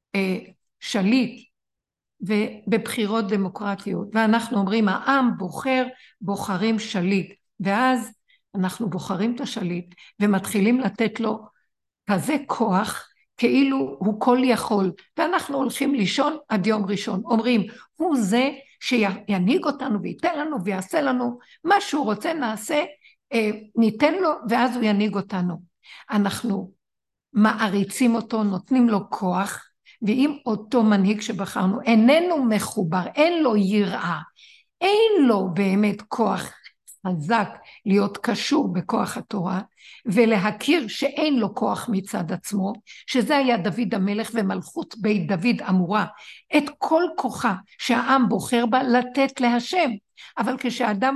שליט, ובבחירות דמוקרטיות, ואנחנו אומרים העם בוחר, בוחרים שליט, ואז אנחנו בוחרים את השליט ומתחילים לתת לו כזה כוח כאילו הוא כל יכול, ואנחנו הולכים לישון עד יום ראשון, אומרים הוא זה שינהיג אותנו וייתן לנו ויעשה לנו מה שהוא רוצה, נעשה, ניתן לו ואז הוא ינהיג אותנו. אנחנו מעריצים אותו, נותנים לו כוח, ואם אותו מנהיג שבחרנו איננו מחובר, אין לו יראה, אין לו באמת כוח חזק להיות קשור בכוח התורה, ולהכיר שאין לו כוח מצד עצמו, שזה היה דוד המלך ומלכות בית דוד אמורה, את כל כוחה שהעם בוחר בה לתת להשם, אבל כשאדם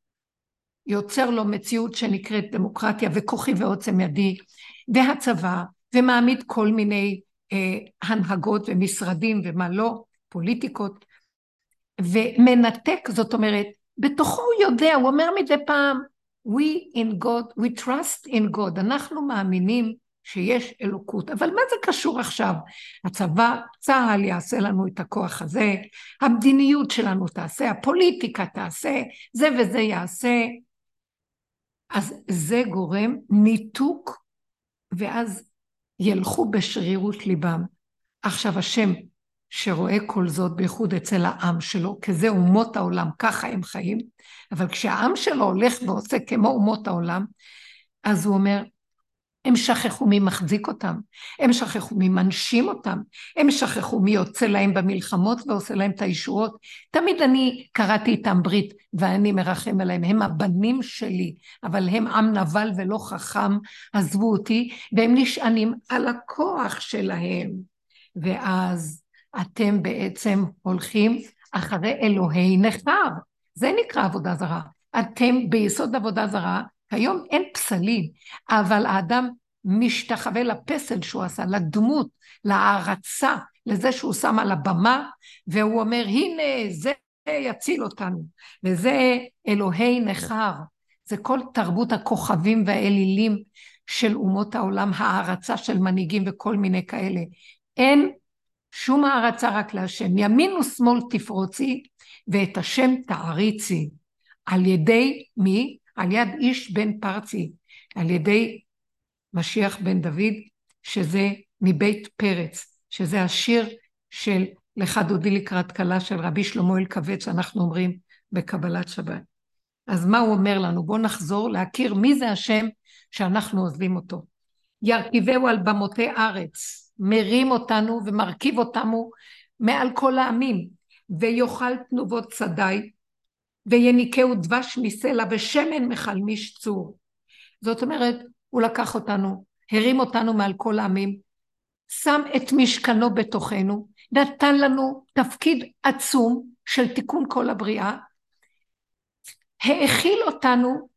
יוצר לו מציאות שנקראת דמוקרטיה וכוחי ועוצם ידי, והצבא, ומעמיד כל מיני הנהגות ומשרדים ומה לא, פוליטיקות, ומנתק, זאת אומרת, בתוכו הוא יודע, הוא אומר מדי פעם, we trust in God, אנחנו מאמינים שיש אלוקות, אבל מה זה קשור עכשיו? הצבא, צה"ל יעשה לנו את הכוח הזה, המדיניות שלנו תעשה, הפוליטיקה תעשה, זה וזה יעשה, אז זה גורם ניתוק, ואז ילכו בשרירות ליבם. עכשיו השם שרואה כל זאת בייחוד אצל העם שלו, כי זה אומות העולם, ככה הם חיים, אבל כשהעם שלו הולך ועושה כמו אומות העולם, אז הוא אומר, הם שכחו מי מחזיק אותם, הם שכחו מי מנשים אותם, הם שכחו מי יוצא להם במלחמות ועושה להם את הישועות. תמיד אני קראתי איתם ברית ואני מרחם עליהם, הם הבנים שלי, אבל הם עם נבל ולא חכם, עזבו אותי, והם נשענים על הכוח שלהם, ואז אתם בעצם הולכים אחרי אלוהי נחר, זה נקרא עבודה זרה, אתם ביסוד עבודה זרה, היום אין פסלים, אבל האדם משתחווה לפסל שהוא עשה, לדמות, להערצה, לזה שהוא שם על הבמה, והוא אומר, הנה, זה יציל אותנו, וזה אלוהי נחר, זה כל תרבות הכוכבים והאלילים של אומות העולם, הערצה של מנהיגים וכל מיני כאלה. אין שום הערצה רק להשם, ימין ושמאל תפרוצי, ואת השם תעריצי. על ידי מי? על יד איש בן פרצי, על ידי משיח בן דוד, שזה מבית פרץ, שזה השיר של לך דודי לקראת כלה של רבי שלמה אלקבץ, שאנחנו אומרים בקבלת שבת. אז מה הוא אומר לנו? בואו נחזור להכיר מי זה השם שאנחנו עוזבים אותו. ירכיבהו על במותי ארץ, מרים אותנו ומרכיב אותנו מעל כל העמים, ויאכל תנובות שדי, ויניקהו דבש מסלע ושמן מחלמיש צור. זאת אומרת, הוא לקח אותנו, הרים אותנו מעל כל העמים, שם את משכנו בתוכנו, נתן לנו תפקיד עצום של תיקון כל הבריאה, האכיל אותנו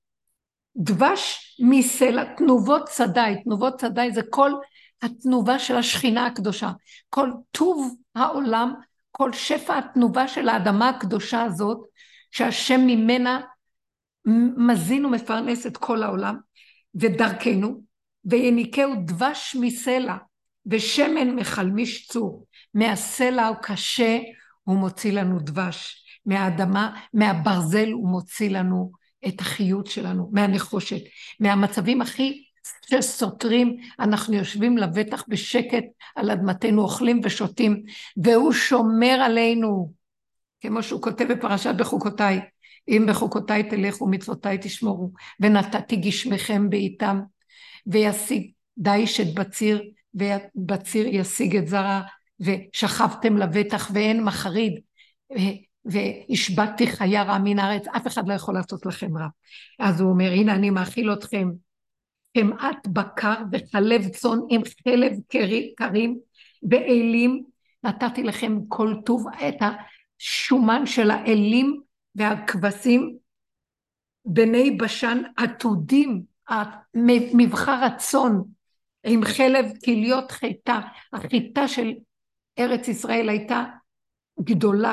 דבש מסלע, תנובות שדי, תנובות שדי זה כל התנובה של השכינה הקדושה, כל טוב העולם, כל שפע התנובה של האדמה הקדושה הזאת, שהשם ממנה מזין ומפרנס את כל העולם, ודרכנו, ויניקהו דבש מסלע, ושמן מחלמיש צור. מהסלע הקשה הוא מוציא לנו דבש, מהאדמה, מהברזל הוא מוציא לנו את החיות שלנו, מהנחושת, מהמצבים הכי שסותרים, אנחנו יושבים לבטח בשקט על אדמתנו, אוכלים ושותים, והוא שומר עלינו, כמו שהוא כותב בפרשת בחוקותיי, אם בחוקותיי תלכו מצוותיי תשמורו, ונתתי גשמכם בעיתם, וישיג דיש את בציר, ובציר ישיג את זרע, ושכבתם לבטח ואין מחריד, והשבתתי חיה רע מן הארץ, אף אחד לא יכול לעשות לכם רע. אז הוא אומר, הנה אני מאכיל אתכם, חמאת בקר וחלב צאן עם חלב קרים ואלים, נתתי לכם כל טוב, את השומן של האלים והכבשים, בני בשן עתודים, מבחר הצאן, עם חלב כליות חיטה. החיטה של ארץ ישראל הייתה גדולה,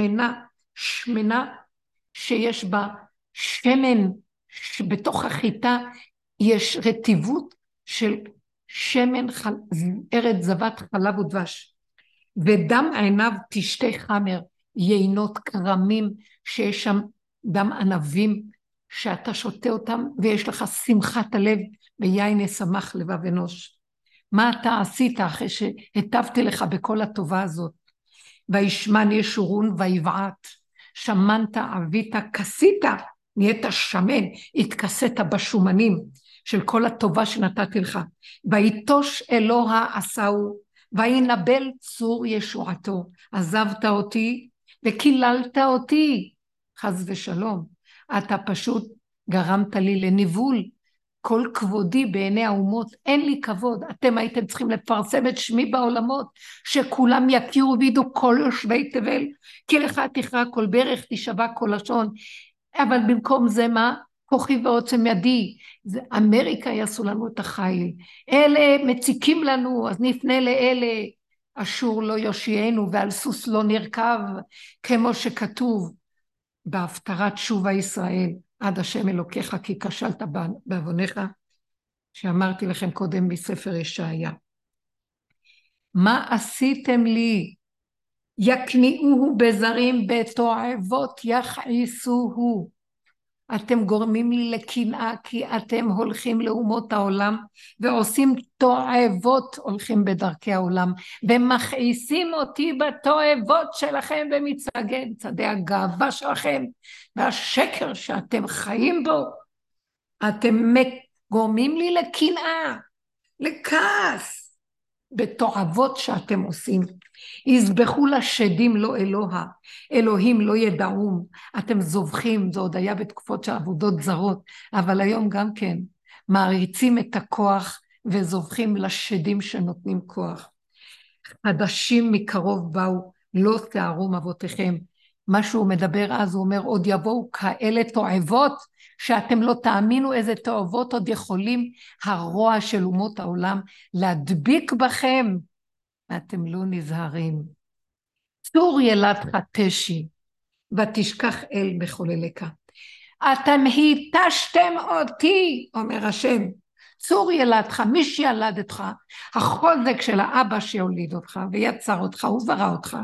שמנה, שיש בה שמן, שבתוך החיטה יש רטיבות של שמן, ארץ זבת חלב ודבש. ודם עיניו תשתה חמר, יינות כרמים, שיש שם דם ענבים, שאתה שותה אותם, ויש לך שמחת הלב, ויין ישמח לבב אנוש. מה אתה עשית אחרי שהטבתי לך בכל הטובה הזאת? וישמן ישורון ויבעט, שמנת אבית, כסית, נהיית שמן, התכסית בשומנים של כל הטובה שנתתי לך. ויטוש אלוה עשהו, וינבל צור ישועתו. עזבת אותי וקיללת אותי, חס ושלום. אתה פשוט גרמת לי לניבול, כל כבודי בעיני האומות, אין לי כבוד. אתם הייתם צריכים לפרסם את שמי בעולמות, שכולם יכירו וידעו כל יושבי תבל, כי לך תכרע כל ברך, תשבע כל לשון. אבל במקום זה מה? כוחי ועוצם ידי. זה אמריקה יעשו לנו את החיל. אלה מציקים לנו, אז נפנה לאלה. אשור לא יושיענו ועל סוס לא נרכב, כמו שכתוב בהפטרת שובה ישראל, עד השם אלוקיך כי כשלת בעוונך, שאמרתי לכם קודם בספר ישעיה. מה עשיתם לי? יקניעוהו בזרים, בתועבות יכעיסוהו. אתם גורמים לי לקנאה, כי אתם הולכים לאומות העולם, ועושים תועבות, הולכים בדרכי העולם, ומכעיסים אותי בתועבות שלכם, במצעדי הגאווה שלכם, והשקר שאתם חיים בו, אתם גורמים לי לקנאה, לכעס, בתועבות שאתם עושים. יזבחו לשדים לא אלוה, אלוהים לא ידעום. אתם זובחים, זה עוד היה בתקופות של עבודות זרות, אבל היום גם כן מעריצים את הכוח וזובחים לשדים שנותנים כוח. חדשים מקרוב באו, לא תארו אבותיכם. מה שהוא מדבר אז, הוא אומר, עוד יבואו כאלה תועבות, שאתם לא תאמינו איזה תועבות עוד יכולים הרוע של אומות העולם להדביק בכם, ואתם לא נזהרים. צור ילדך תשי, ותשכח אל מחוללך. אתם היתשתם אותי, אומר השם. צור ילדך, מי שילדתך, החוזק של האבא שהוליד אותך, ויצר אותך וברא אותך,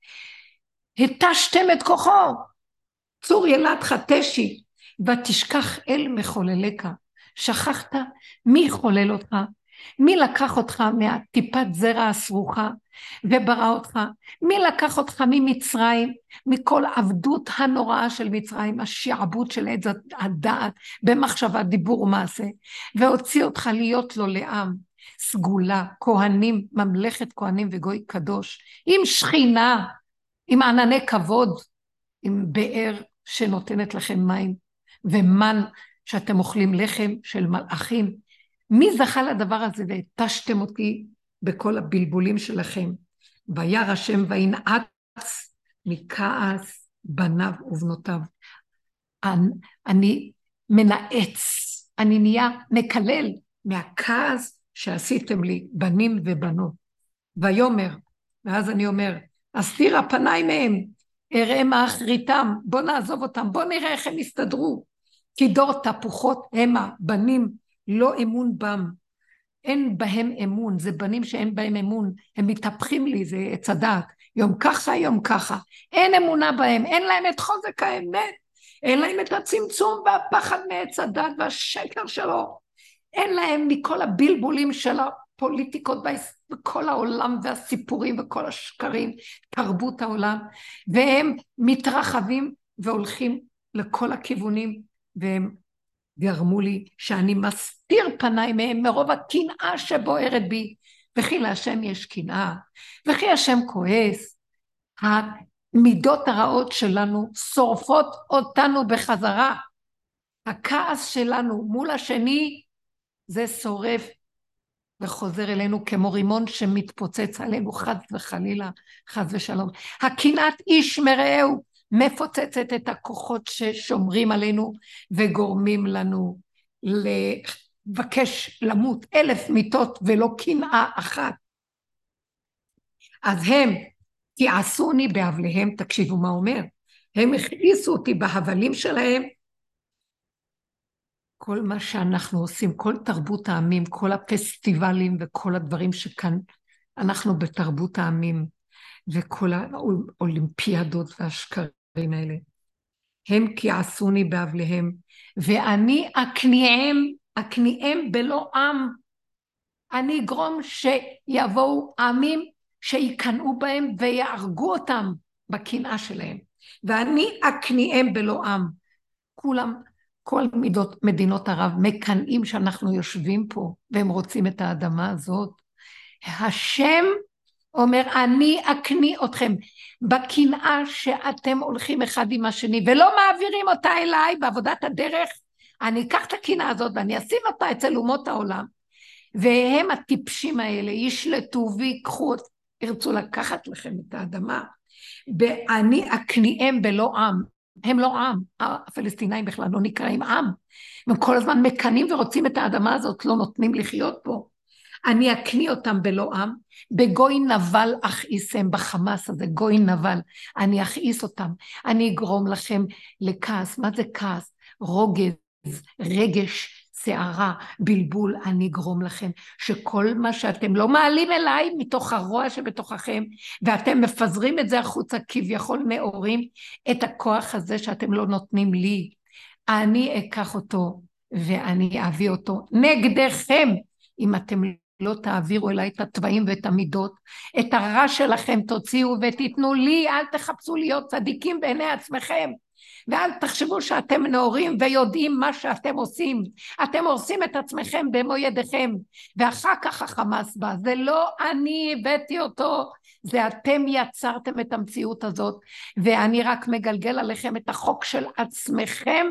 היתשתם את כוחו. צור ילדך תשי, ותשכח אל מחוללך. שכחת מי חולל אותך, מי לקח אותך מהטיפת זרע הסרוכה וברא אותך, מי לקח אותך ממצרים, מכל עבדות הנוראה של מצרים, השעבוד של עץ הדעת במחשבה, דיבור ומעשה, והוציא אותך להיות לו לעם, סגולה, כהנים, ממלכת כהנים וגוי קדוש, עם שכינה, עם ענני כבוד, עם באר שנותנת לכם מים, ומן שאתם אוכלים לחם של מלאכים. מי זכה לדבר הזה והתשתם אותי בכל הבלבולים שלכם? וירא השם וינעץ מכעס בניו ובנותיו. אני מנעץ, אני נהיה מקלל מהכעס שעשיתם לי, בנים ובנות. ויאמר, ואז אני אומר, אסתיר הפניי מהם, אראה מה אחריתם, בוא נעזוב אותם, בוא נראה איך הם יסתדרו. כי דור תפוחות המה, בנים לא אמון בם, אין בהם אמון, זה בנים שאין בהם אמון, הם מתהפכים לי, זה עץ הדעת, יום ככה, יום ככה, אין אמונה בהם, אין להם את חוזק האמת, אין להם את הצמצום והפחד מעץ הדעת והשקר שלו, אין להם מכל הבלבולים של הפוליטיקות בכל העולם והסיפורים וכל השקרים, תרבות העולם, והם מתרחבים והולכים לכל הכיוונים, והם גרמו לי שאני מסתיר פניי מהם מרוב הקנאה שבוערת בי, וכי להשם יש קנאה, וכי השם כועס. המידות הרעות שלנו שורפות אותנו בחזרה, הכעס שלנו מול השני זה שורף וחוזר אלינו כמו רימון שמתפוצץ עלינו, חס וחלילה, חס ושלום. הקנאת איש מרעהו מפוצצת את הכוחות ששומרים עלינו וגורמים לנו לבקש למות 1000 מיתות ולא קנאה אחת. אז הם כעסוני בהבליהם, תקשיבו מה אומר, הם הכניסו אותי בהבלים שלהם. כל מה שאנחנו עושים, כל תרבות העמים, כל הפסטיבלים וכל הדברים שכאן, אנחנו בתרבות העמים, וכל האולימפיאדות והשקרים האלה, הם כעסוני בהבליהם, ואני אקניהם בלא עם, אני אגרום שיבואו עמים שיקנאו בהם ויהרגו אותם בקנאה שלהם, ואני אקניהם בלא עם. כולם, כל מדינות ערב מקנאים שאנחנו יושבים פה, והם רוצים את האדמה הזאת. השם אומר, אני אקניא אתכם בקנאה שאתם הולכים אחד עם השני, ולא מעבירים אותה אליי בעבודת הדרך. אני אקח את הקנאה הזאת ואני אשים אותה אצל אומות העולם, והם הטיפשים האלה ישלטו ויקחו, ירצו לקחת לכם את האדמה, ואני אקניהם בלא עם. הם לא עם, הפלסטינאים בכלל לא נקראים עם, הם כל הזמן מקנים ורוצים את האדמה הזאת, לא נותנים לחיות פה. אני אקניא אותם בלא עם, בגוי נבל אכעיסם, בחמאס הזה, גוי נבל, אני אכעיס אותם, אני אגרום לכם לכעס. מה זה כעס? רוגז, רגש, שערה, בלבול. אני אגרום לכם שכל מה שאתם לא מעלים אליי מתוך הרוע שבתוככם, ואתם מפזרים את זה החוצה כביכול נאורים, את הכוח הזה שאתם לא נותנים לי, אני אקח אותו ואני אביא אותו נגדכם, אם אתם לא תעבירו אליי את הטבעים ואת המידות, את הרע שלכם תוציאו ותיתנו לי, אל תחפשו להיות צדיקים בעיני עצמכם, ואל תחשבו שאתם נאורים ויודעים מה שאתם עושים, אתם עושים את עצמכם במו ידיכם, ואחר כך החמאס בא, זה לא אני הבאתי אותו, זה אתם יצרתם את המציאות הזאת, ואני רק מגלגל עליכם את החוק של עצמכם,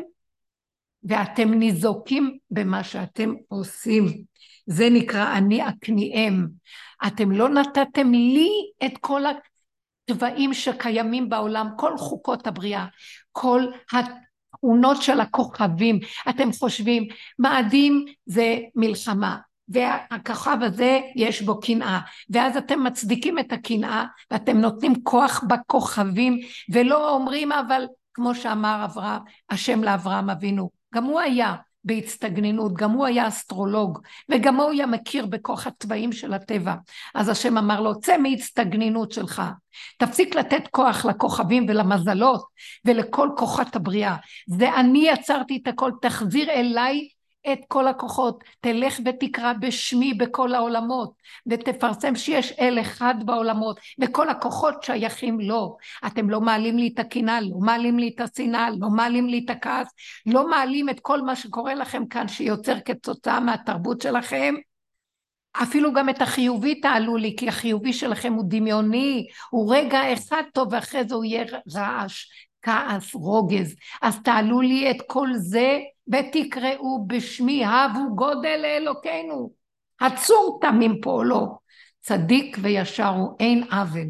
ואתם ניזוקים במה שאתם עושים. זה נקרא אני אקניהם. אתם לא נתתם לי את כל התוואים שקיימים בעולם, כל חוקות הבריאה, כל התכונות של הכוכבים. אתם חושבים, מאדים זה מלחמה, והכוכב הזה יש בו קנאה, ואז אתם מצדיקים את הקנאה, ואתם נותנים כוח בכוכבים, ולא אומרים אבל, כמו שאמר השם לאברהם אבינו, גם הוא היה בהצטגננות, גם הוא היה אסטרולוג, וגם הוא היה מכיר בכוח הטבעים של הטבע. אז השם אמר לו, צא מהצטגננות שלך, תפסיק לתת כוח לכוכבים ולמזלות, ולכל כוחות הבריאה. זה אני יצרתי את הכל, תחזיר אליי את כל הכוחות, תלך ותקרא בשמי בכל העולמות, ותפרסם שיש אל אחד בעולמות, וכל הכוחות שייכים לו. אתם לא מעלים לי את הקנאה, לא מעלים לי את השנאה, לא מעלים לי את הכעס, לא מעלים את כל מה שקורה לכם כאן, שיוצר כתוצאה מהתרבות שלכם. אפילו גם את החיובי תעלו לי, כי החיובי שלכם הוא דמיוני, הוא רגע אחד טוב, ואחרי זה הוא יהיה רעש, כעס, רוגז. אז תעלו לי את כל זה, ותקראו בשמי, הבו גודל לאלוקינו, הצור תמים פועלו, צדיק וישר הוא, אין עוול.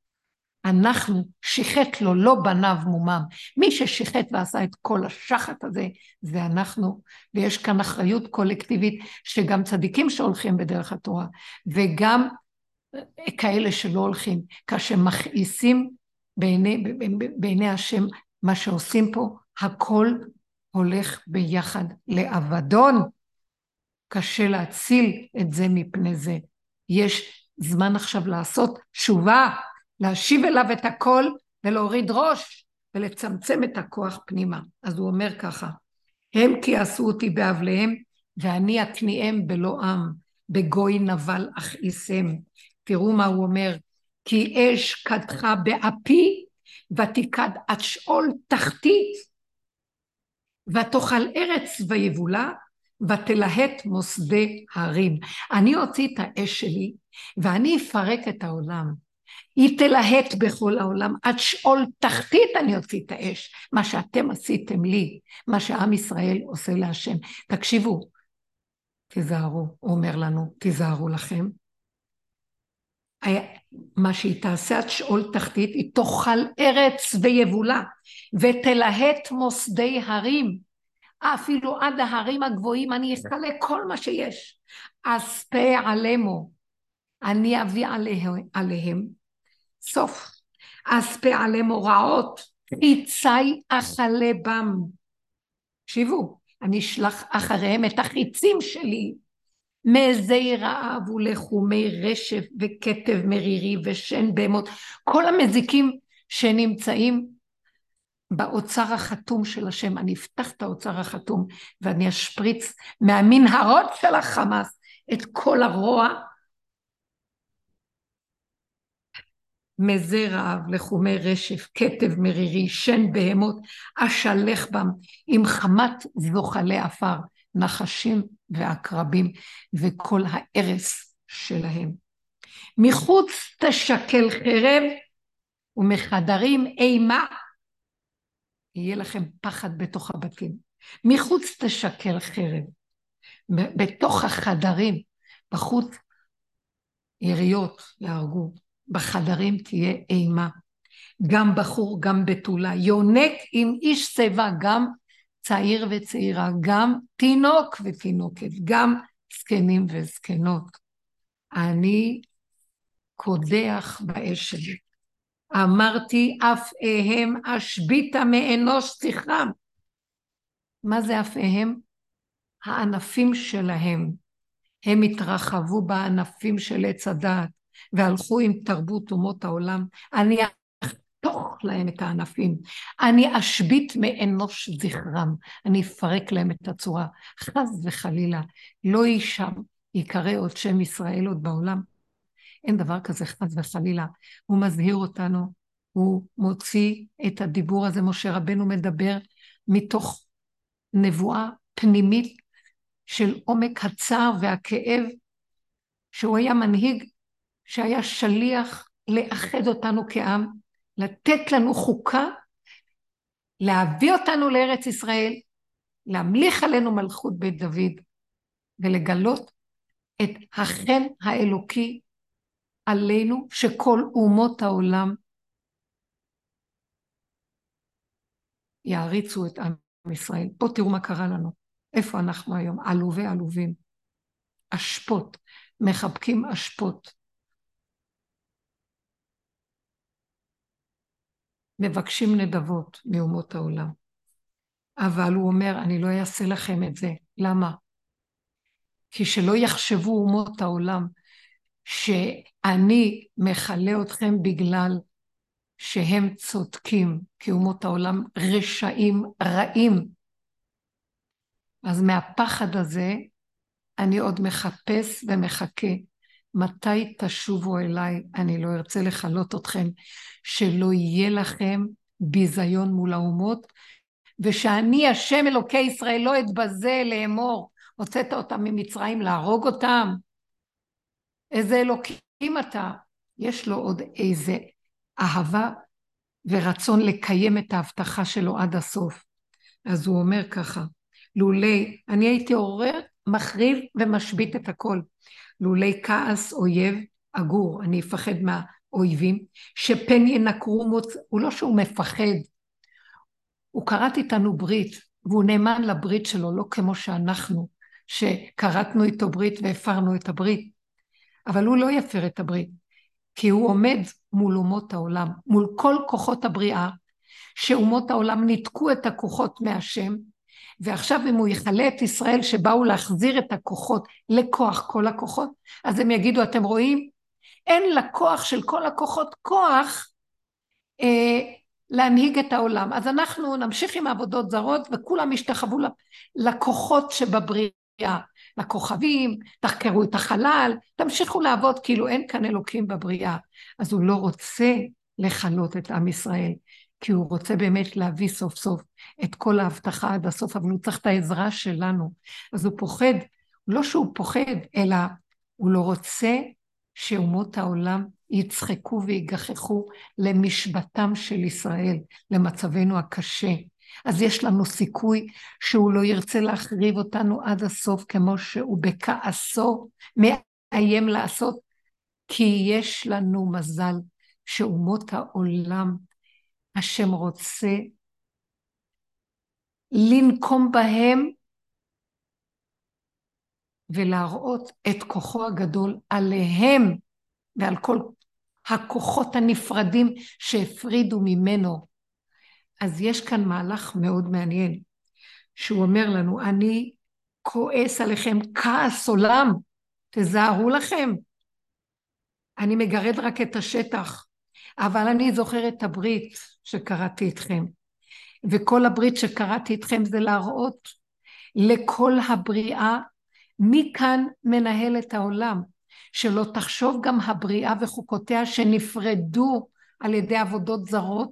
אנחנו שיחת לו, לא בניו מומם. מי ששיחת ועשה את כל השחת הזה, זה אנחנו, ויש כאן אחריות קולקטיבית, שגם צדיקים שהולכים בדרך התורה, וגם כאלה שלא הולכים, כאשר מכעיסים בעיני השם, מה שעושים פה, הכל הולך ביחד לאבדון. קשה להציל את זה מפני זה. יש זמן עכשיו לעשות תשובה, להשיב אליו את הכל ולהוריד ראש ולצמצם את הכוח פנימה. אז הוא אומר ככה, הם כי עשו אותי באבליהם ואני אקניהם בלא עם, בגוי נבל אכעיסם. תראו מה הוא אומר, כי אש קדחה באפי ותיקד עד שאול תחתית ותאכל ארץ ויבולה ותלהט מוסדי הרים. אני אוציא את האש שלי ואני אפרק את העולם. היא תלהט בכל העולם, עד שאול תחתית אני אוציא את האש. מה שאתם עשיתם לי, מה שעם ישראל עושה להשם. תקשיבו, תיזהרו, הוא אומר לנו, תיזהרו לכם. מה שהיא תעשה עד שאול תחתית, היא תאכל ארץ ויבולה, ותלהט מוסדי הרים. אפילו עד ההרים הגבוהים אני אכלה כל מה שיש. אספה עלימו, אני אביא עליהם. סוף. אספה עלימו רעות, חיצי אכלה בם. תקשיבו, אני אשלח אחריהם את החיצים שלי, מזי רעב ולחומי רשף וכתב מרירי ושן בהמות, כל המזיקים שנמצאים באוצר החתום של השם. אני אפתח את האוצר החתום ואני אשפריץ מהמנהרות של החמאס את כל הרוע, מזי רעב, לחומי רשף, כתב מרירי, שן בהמות, אשלח בם עם חמת זוחלי עפר, נחשים ועקרבים וכל הארס שלהם. מחוץ תשקל חרב ומחדרים אימה. יהיה לכם פחד בתוך הבתים. מחוץ תשקל חרב, בתוך החדרים, בחוץ יריות יהרגו, בחדרים תהיה אימה, גם בחור גם בתולה, יונק עם איש צבא, גם צעיר וצעירה, גם תינוק ותינוקת, גם זקנים וזקנות. אני קודח באש שלי. אמרתי אפהם אשביתה מאנוש שיחם. מה זה אפהם? הענפים שלהם. הם התרחבו בענפים של עץ הדעת, והלכו עם תרבות אומות העולם. אני אחתוך להם את הענפים. אני אשבית מאנוש זכרם. אני אפרק להם את הצורה. חס וחלילה, לא יישם, יקרא עוד שם ישראל עוד בעולם. אין דבר כזה חס וחלילה. הוא מזהיר אותנו, הוא מוציא את הדיבור הזה. משה רבנו מדבר מתוך נבואה פנימית של עומק הצער והכאב, שהוא היה מנהיג שהיה שליח לאחד אותנו כעם, לתת לנו חוקה, להביא אותנו לארץ ישראל, להמליך עלינו מלכות בית דוד, ולגלות את החן האלוקי עלינו, שכל אומות העולם יעריצו את עם ישראל. פה תראו מה קרה לנו. איפה אנחנו היום? עלובי עלובים. אשפות. מחבקים אשפות. מבקשים נדבות מאומות העולם. אבל הוא אומר, אני לא אעשה לכם את זה. למה? כי שלא יחשבו אומות העולם שאני מחלה אתכם בגלל שהם צודקים, כי אומות העולם רשעים רעים. אז מהפחד הזה אני עוד מחפש ומחכה. מתי תשובו אליי? אני לא ארצה לחלות אתכם, שלא יהיה לכם ביזיון מול האומות, ושאני השם אלוקי ישראל לא אתבזה לאמור, הוצאת אותם ממצרים להרוג אותם. איזה אלוקים אתה? יש לו עוד איזה אהבה ורצון לקיים את ההבטחה שלו עד הסוף. אז הוא אומר ככה, לולי, אני הייתי עורר, מחריב ומשבית את הכל. לולי כעס אויב אגור, אני אפחד מהאויבים, שפן ינקרו מוצ... הוא לא שהוא מפחד, הוא קראת איתנו ברית, והוא נאמן לברית שלו, לא כמו שאנחנו, שקראתנו איתו ברית והפרנו את הברית. אבל הוא לא יפר את הברית, כי הוא עומד מול אומות העולם, מול כל כוחות הבריאה, שאומות העולם ניתקו את הכוחות מהשם, ועכשיו אם הוא יחלה את ישראל שבאו להחזיר את הכוחות לכוח כל הכוחות, אז הם יגידו, אתם רואים? אין לכוח של כל הכוחות כוח להנהיג את העולם. אז אנחנו נמשיך עם העבודות זרות וכולם ישתחוו לכוחות שבבריאה, לכוכבים, תחקרו את החלל, תמשיכו לעבוד כאילו אין כאן אלוקים בבריאה. אז הוא לא רוצה לחלות את עם ישראל, כי הוא רוצה באמת להביא סוף סוף את כל ההבטחה עד הסוף, אבל הוא צריך את העזרה שלנו. אז הוא פוחד, לא שהוא פוחד, אלא הוא לא רוצה שאומות העולם יצחקו ויגחכו למשבטם של ישראל, למצבנו הקשה. אז יש לנו סיכוי שהוא לא ירצה להחריב אותנו עד הסוף, כמו שהוא בכעסו מאיים לעשות, כי יש לנו מזל שאומות העולם, השם רוצה לנקום בהם, ולהראות את כוחו הגדול עליהם, ועל כל הכוחות הנפרדים שהפרידו ממנו. אז יש כאן מהלך מאוד מעניין, שהוא אומר לנו, אני כועס עליכם כעס עולם, תזהרו לכם, אני מגרד רק את השטח, אבל אני זוכר את הברית שקראתי איתכם, וכל הברית שקראתי איתכם זה להראות לכל הבריאה, מי כאן מנהל את העולם, שלא תחשוב גם הבריאה וחוקותיה שנפרדו על ידי עבודות זרות,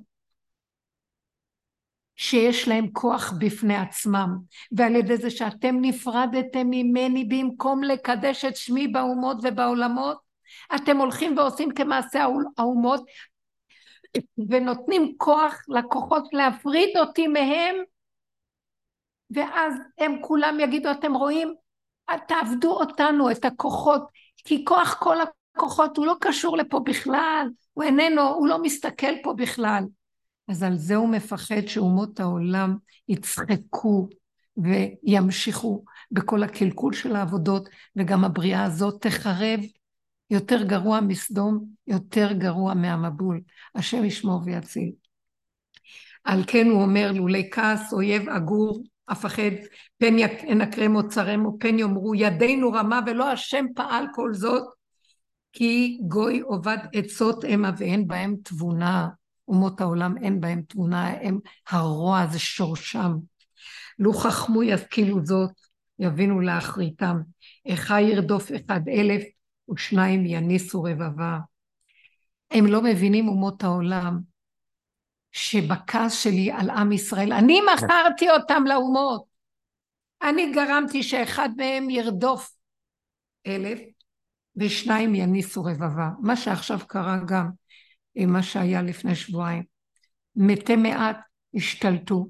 שיש להם כוח בפני עצמם, ועל ידי זה שאתם נפרדתם ממני במקום לקדש את שמי באומות ובעולמות, אתם הולכים ועושים כמעשה האומות, ונותנים כוח לכוחות להפריד אותי מהם, ואז הם כולם יגידו, אתם רואים, תעבדו אותנו, את הכוחות, כי כוח כל הכוחות הוא לא קשור לפה בכלל, הוא איננו, הוא לא מסתכל פה בכלל. אז על זה הוא מפחד שאומות העולם יצחקו וימשיכו בכל הקלקול של העבודות, וגם הבריאה הזאת תחרב, יותר גרוע מסדום, יותר גרוע מהמבול. השם ישמור ויציל. על כן הוא אומר, לולי כעס, אויב אגור, אפחד, פן ינקרם מוצרם, ופן יאמרו, ידינו רמה, ולא השם פעל כל זאת, כי גוי עובד עצות המה, ואין בהם תבונה. אומות העולם אין בהם תבונה, הם הרוע, זה שורשם. לו חכמו ישכילו זאת, יבינו לאחריתם. איכה ירדוף 1,000, ושניים יניסו רבבה. הם לא מבינים אומות העולם, שבכעס שלי על עם ישראל, אני מכרתי אותם לאומות, אני גרמתי שאחד מהם ירדוף 1,000, ושניים יניסו רבבה. מה שעכשיו קרה גם, מה שהיה לפני שבועיים, מתי מעט השתלטו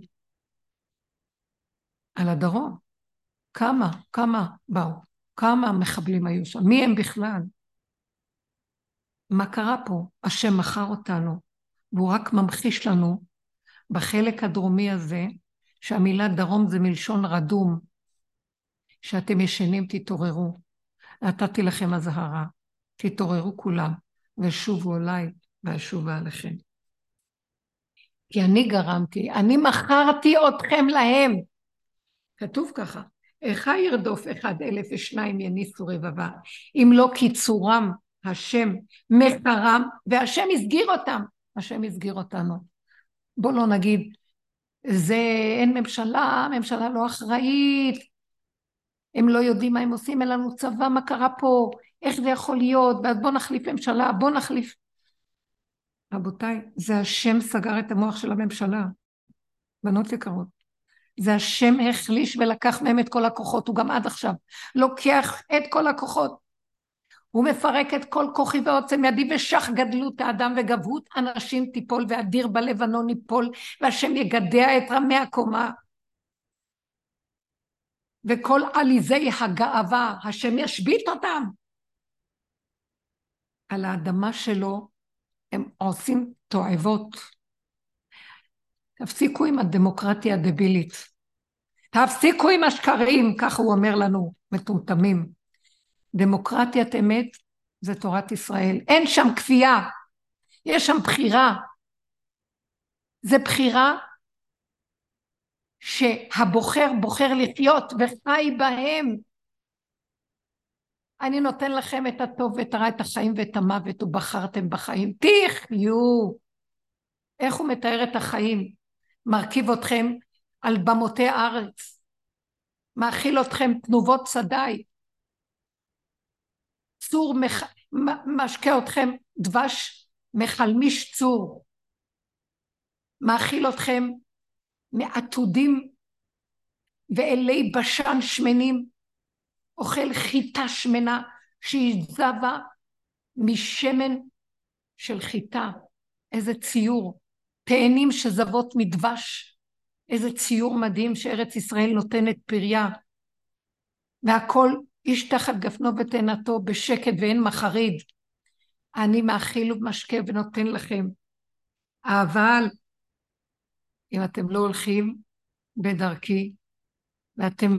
על הדרום. כמה באו? כמה מחבלים היו שם? מי הם בכלל? מה קרה פה? השם מכר אותנו, והוא רק ממחיש לנו בחלק הדרומי הזה, שהמילה דרום זה מלשון רדום, שאתם ישנים תתעוררו. נתתי לכם הזהרה, תתעוררו כולם, ושובו אליי ואשובה עליכם. כי אני גרמתי, אני מכרתי אתכם להם. כתוב ככה, איכה ירדוף 1,000 ושניים יניסו רבבה, אם לא קיצורם השם מכרם, והשם הסגיר אותם. השם הסגיר אותנו. בוא לא נגיד, זה אין ממשלה, ממשלה לא אחראית, הם לא יודעים מה הם עושים, אין לנו צבא, מה קרה פה, איך זה יכול להיות, ואז בוא נחליף ממשלה, בוא נחליף. רבותיי, זה השם סגר את המוח של הממשלה, בנות יקרות. זה השם החליש ולקח מהם את כל הכוחות, הוא גם עד עכשיו לוקח את כל הכוחות. הוא מפרק את כל כוחי ועוצם ידי, ושח גדלות האדם וגבהות אנשים תיפול, ואדיר בלבנון ייפול, והשם יגדע את רמי הקומה. וכל עליזי הגאווה, השם ישבית אותם. על האדמה שלו הם עושים תועבות. תפסיקו עם הדמוקרטיה הדבילית. תפסיקו עם השקרים, ככה הוא אומר לנו, מטומטמים. דמוקרטיית אמת זה תורת ישראל. אין שם כפייה, יש שם בחירה. זה בחירה שהבוחר בוחר לחיות וחי בהם. אני נותן לכם את הטוב ואת הרע, את החיים ואת המוות, ובחרתם בחיים, תחיו. איך הוא מתאר את החיים? מרכיב אתכם על במותי הארץ, מאכיל אתכם תנובות שדי, צור משקה אתכם דבש מחלמיש צור, מאכיל אתכם מעתודים ואלי בשן שמנים, אוכל חיטה שמנה שהיא זבה משמן של חיטה. איזה ציור. תאנים שזבות מדבש, איזה ציור מדהים שארץ ישראל נותנת פריה, והכל איש תחת גפנו ותאנתו בשקט ואין מחריד. אני מאכיל ומשקה ונותן לכם. אבל אם אתם לא הולכים בדרכי, ואתם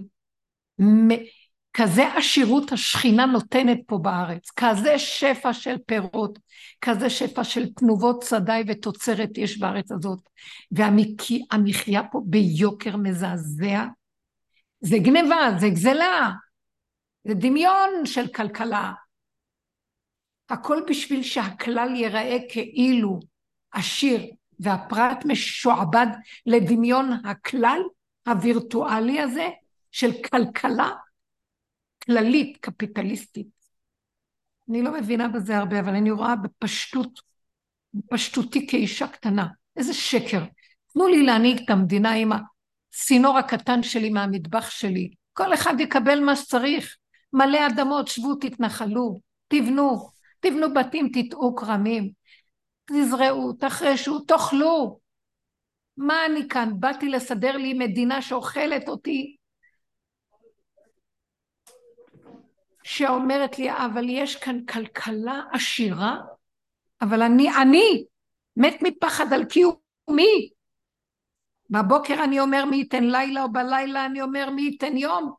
כזה עשירות השכינה נותנת פה בארץ, כזה שפע של פירות, כזה שפע של תנובות שדי ותוצרת יש בארץ הזאת, והמחיה פה ביוקר מזעזע, זה גניבה, זה גזלה, זה דמיון של כלכלה. הכל בשביל שהכלל ייראה כאילו עשיר, והפרט משועבד לדמיון הכלל הווירטואלי הזה של כלכלה כללית קפיטליסטית. אני לא מבינה בזה הרבה, אבל אני רואה בפשטותי כאישה קטנה. איזה שקר. תנו לי להנהיג את המדינה עם הסינור הקטן שלי מהמטבח שלי. כל אחד יקבל מה שצריך. מלא אדמות, שבו, תתנחלו, תבנו בתים, תטעו כרמים, תזרעו, תחרשו, תאכלו. מה אני כאן? באתי לסדר לי מדינה שאוכלת אותי, שאומרת לי, אבל יש כאן כלכלה עשירה, אבל אני מת מפחד על קיומי. בבוקר אני אומר מי ייתן לילה, או בלילה אני אומר מי ייתן יום.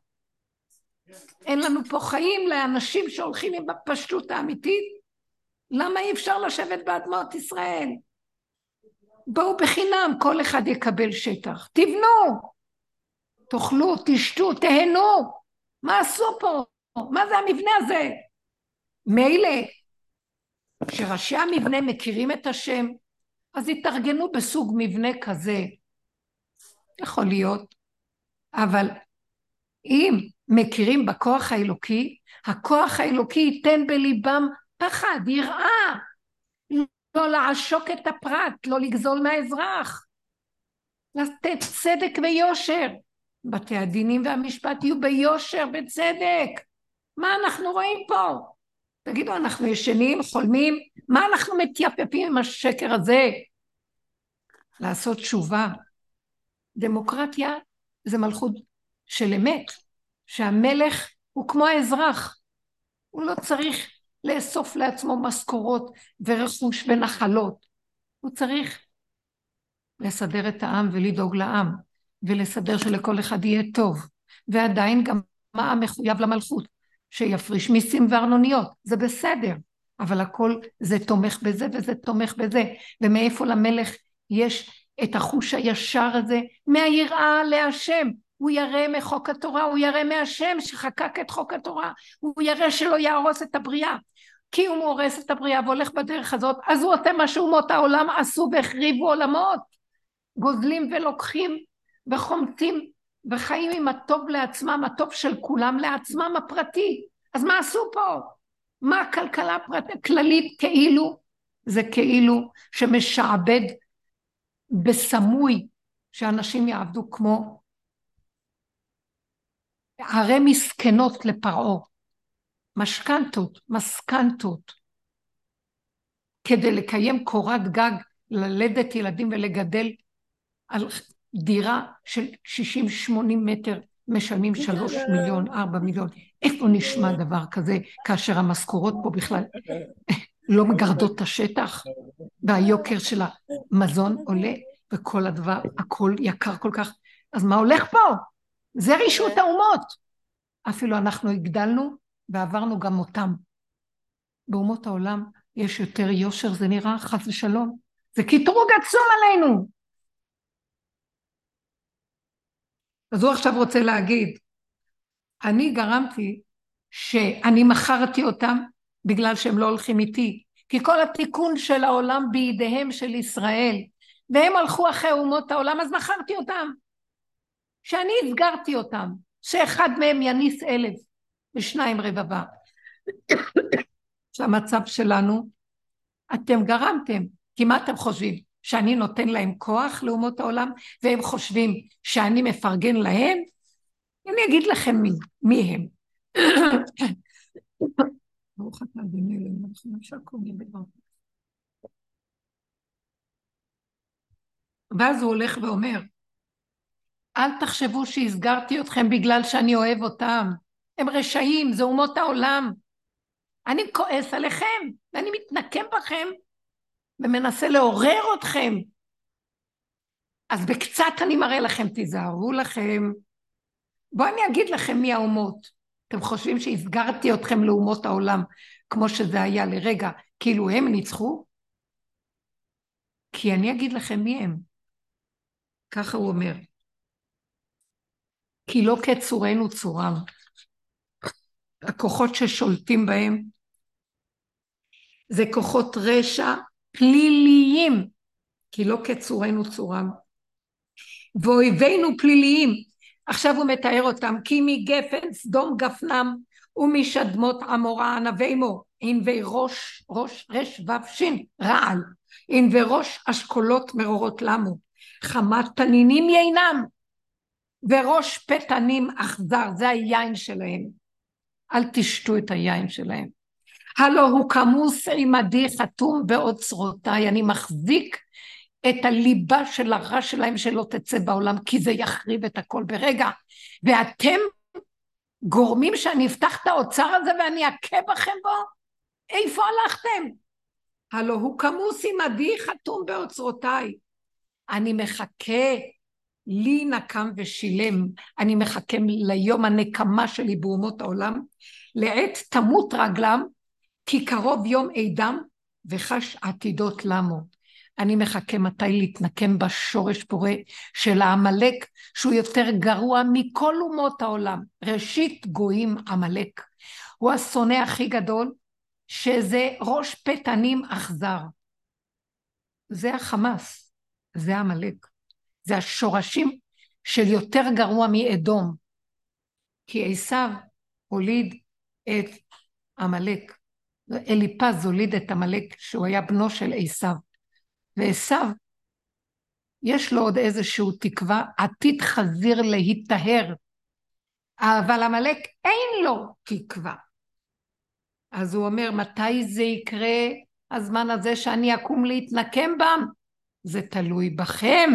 אין לנו פה חיים לאנשים שהולכים עם הפשטות האמיתית. למה אי אפשר לשבת באדמות ישראל? בואו בחינם, כל אחד יקבל שטח. תבנו, תאכלו, תשתו, תהנו. מה עשו פה? מה זה המבנה הזה? מילא, כשראשי המבנה מכירים את השם, אז יתארגנו בסוג מבנה כזה. יכול להיות. אבל אם מכירים בכוח האלוקי, הכוח האלוקי ייתן בליבם פחד, יראה, לא לעשוק את הפרט, לא לגזול מהאזרח, לתת צדק ויושר. בתי הדינים והמשפט יהיו ביושר, בצדק. מה אנחנו רואים פה? תגידו, אנחנו ישנים, חולמים? מה אנחנו מתייפפים עם השקר הזה? לעשות תשובה. דמוקרטיה זה מלכות של אמת, שהמלך הוא כמו האזרח. הוא לא צריך לאסוף לעצמו משכורות ורכוש ונחלות. הוא צריך לסדר את העם ולדאוג לעם, ולסדר שלכל אחד יהיה טוב. ועדיין גם העם מחויב למלכות, שיפריש מיסים וארנוניות. זה בסדר, אבל הכל זה תומך בזה וזה תומך בזה. ומאיפה למלך יש את החוש הישר הזה? מהיראה להשם. הוא יראה מחוק התורה, הוא יראה מהשם שחקק את חוק התורה, הוא יראה שלא יהרוס את הבריאה. כי הוא הורס את הבריאה והולך בדרך הזאת, אז הוא עושה מה שאומות העולם עשו והחריבו עולמות. גוזלים ולוקחים וחומתים וחיים עם הטוב לעצמם, הטוב של כולם לעצמם הפרטי. אז מה עשו פה? מה הכלכלה כללית? כאילו, זה כאילו שמשעבד בסמוי, שאנשים יעבדו כמו ערי מסכנות לפרעה, מסקנטות, כדי לקיים קורת גג, ללדת ילדים ולגדל על דירה של 60-80 מטר, משלמים 3 מיליון, 4 מיליון. איפה נשמע דבר כזה, כאשר המשכורות פה בכלל לא מגרדות את השטח, והיוקר של המזון עולה, וכל הדבר, הכל יקר כל כך. אז מה הולך פה? זה רישות האומות. אפילו אנחנו הגדלנו ועברנו גם אותם. באומות העולם יש יותר יושר, זה נראה חס ושלום. זה קטרוג עצום עלינו. אז הוא עכשיו רוצה להגיד, אני גרמתי שאני מכרתי אותם בגלל שהם לא הולכים איתי, כי כל התיקון של העולם בידיהם של ישראל, והם הלכו אחרי אומות העולם, אז מכרתי אותם, שאני הסגרתי אותם, שאחד מהם יניס 1,000 ושניים רבבה. שהמצב שלנו, אתם גרמתם, כי מה אתם חושבים? שאני נותן להם כוח לאומות העולם, והם חושבים שאני מפרגן להם? אני אגיד לכם מי הם. ברוך אתה אדוני אלוהינו מלך העולם שהכל בדברו. ואז הוא הולך ואומר, אל תחשבו שהסגרתי אתכם בגלל שאני אוהב אותם. הם רשעים, זה אומות העולם. אני כועס עליכם, ואני מתנקם בכם, ומנסה לעורר אתכם. אז בקצת אני מראה לכם, תיזהרו לכם. בואו אני אגיד לכם מי האומות. אתם חושבים שהסגרתי אתכם לאומות העולם, כמו שזה היה לרגע, כאילו הם ניצחו? כי אני אגיד לכם מי הם. ככה הוא אומר. כי לא כצורנו צורם. הכוחות ששולטים בהם, זה כוחות רשע פליליים, כי לא כצורנו צורם. ואויבינו פליליים, עכשיו הוא מתאר אותם, כי מגפן סדום גפנם, ומשדמות עמורה ענבימו, ענבי רש ופשין רעל, ענבי ראש אשכולות מרורות למו, חמת תנינים יינם, וראש פתנים אכזר, זה היין שלהם, אל תשתו את היין שלהם. הלא הוא כמוס עמדי חתום באוצרותיי, אני מחזיק את הליבה של הרע שלהם שלא תצא בעולם, כי זה יחריב את הכל ברגע, ואתם גורמים שאני אפתח את האוצר הזה ואני אכה בכם בו? איפה הלכתם? הלא הוא כמוס עמדי חתום באוצרותיי, אני מחכה, לי נקם ושילם, אני מחכה ליום הנקמה שלי באומות העולם, לעת תמות רגלם, כי קרוב יום עידם וחש עתידות למו. אני מחכה מתי להתנקם בשורש פורה של העמלק, שהוא יותר גרוע מכל אומות העולם. ראשית גויים עמלק. הוא השונא הכי גדול, שזה ראש פתנים אכזר. זה החמאס, זה עמלק. זה השורשים של יותר גרוע מאדום. כי עשיו הוליד את עמלק. אליפז הוליד את עמלק, שהוא היה בנו של עשיו. ועשיו, יש לו עוד איזשהו תקווה, עתיד חזיר להיטהר, אבל עמלק אין לו תקווה. אז הוא אומר, מתי זה יקרה, הזמן הזה שאני אקום להתנקם בם? זה תלוי בכם.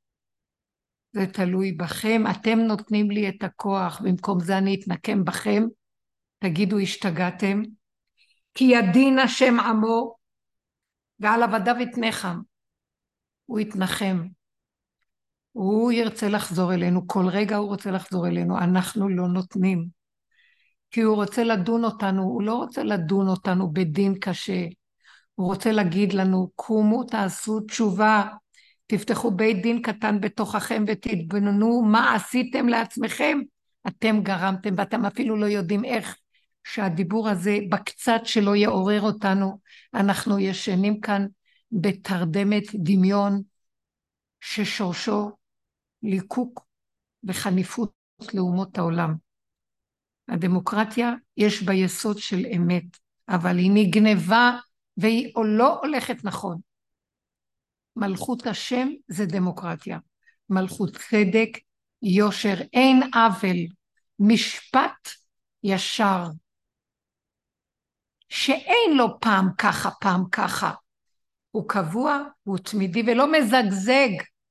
זה תלוי בכם, אתם נותנים לי את הכוח, במקום זה אני אתנקם בכם, תגידו השתגעתם, כי ידין השם עמו, ועל עבדיו יתנחם. הוא יתנחם, הוא ירצה לחזור אלינו, כל רגע הוא רוצה לחזור אלינו, אנחנו לא נותנים, כי הוא רוצה לדון אותנו, הוא לא רוצה לדון אותנו בדין קשה, הוא רוצה להגיד לנו, קומו תעשו תשובה, תפתחו בית דין קטן בתוככם ותתבוננו מה עשיתם לעצמכם, אתם גרמתם ואתם אפילו לא יודעים איך, שהדיבור הזה בקצת שלא יעורר אותנו, אנחנו ישנים כאן בתרדמת דמיון ששורשו ליקוק וחניפות לאומות העולם. הדמוקרטיה יש בה יסוד של אמת, אבל היא נגנבה והיא לא הולכת נכון. מלכות השם זה דמוקרטיה, מלכות צדק, יושר, אין עוול, משפט ישר, שאין לו פעם ככה, פעם ככה. הוא קבוע, הוא תמידי ולא מזגזג,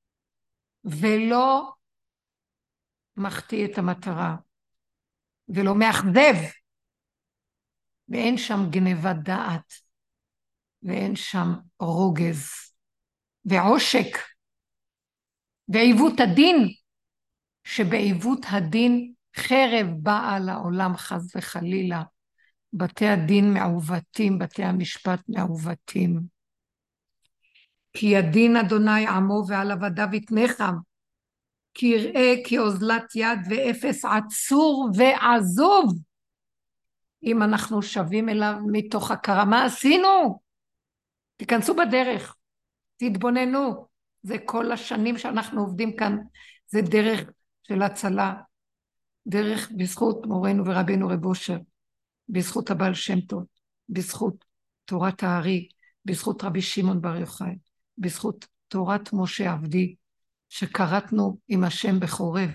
ולא מחטיא את המטרה, ולא מאכזב, ואין שם גנבת דעת, ואין שם רוגז, ועושק, ועיוות הדין, שבעיוות הדין חרב באה לעולם חס וחלילה, בתי הדין מעוותים, בתי המשפט מעוותים. כי הדין אדוני עמו ועל עבדיו יתנחם, כי יראה כי אוזלת יד ואפס עצור ועזוב. אם אנחנו שווים אליו מתוך הכרה, מה עשינו? תיכנסו בדרך, תתבוננו. זה כל השנים שאנחנו עובדים כאן, זה דרך של הצלה, דרך בזכות מורנו ורבינו רב אושר, בזכות הבעל שם טוב, בזכות תורת הארי, בזכות רבי שמעון בר יוחאי, בזכות תורת משה עבדי, שקראתנו עם השם בחורב.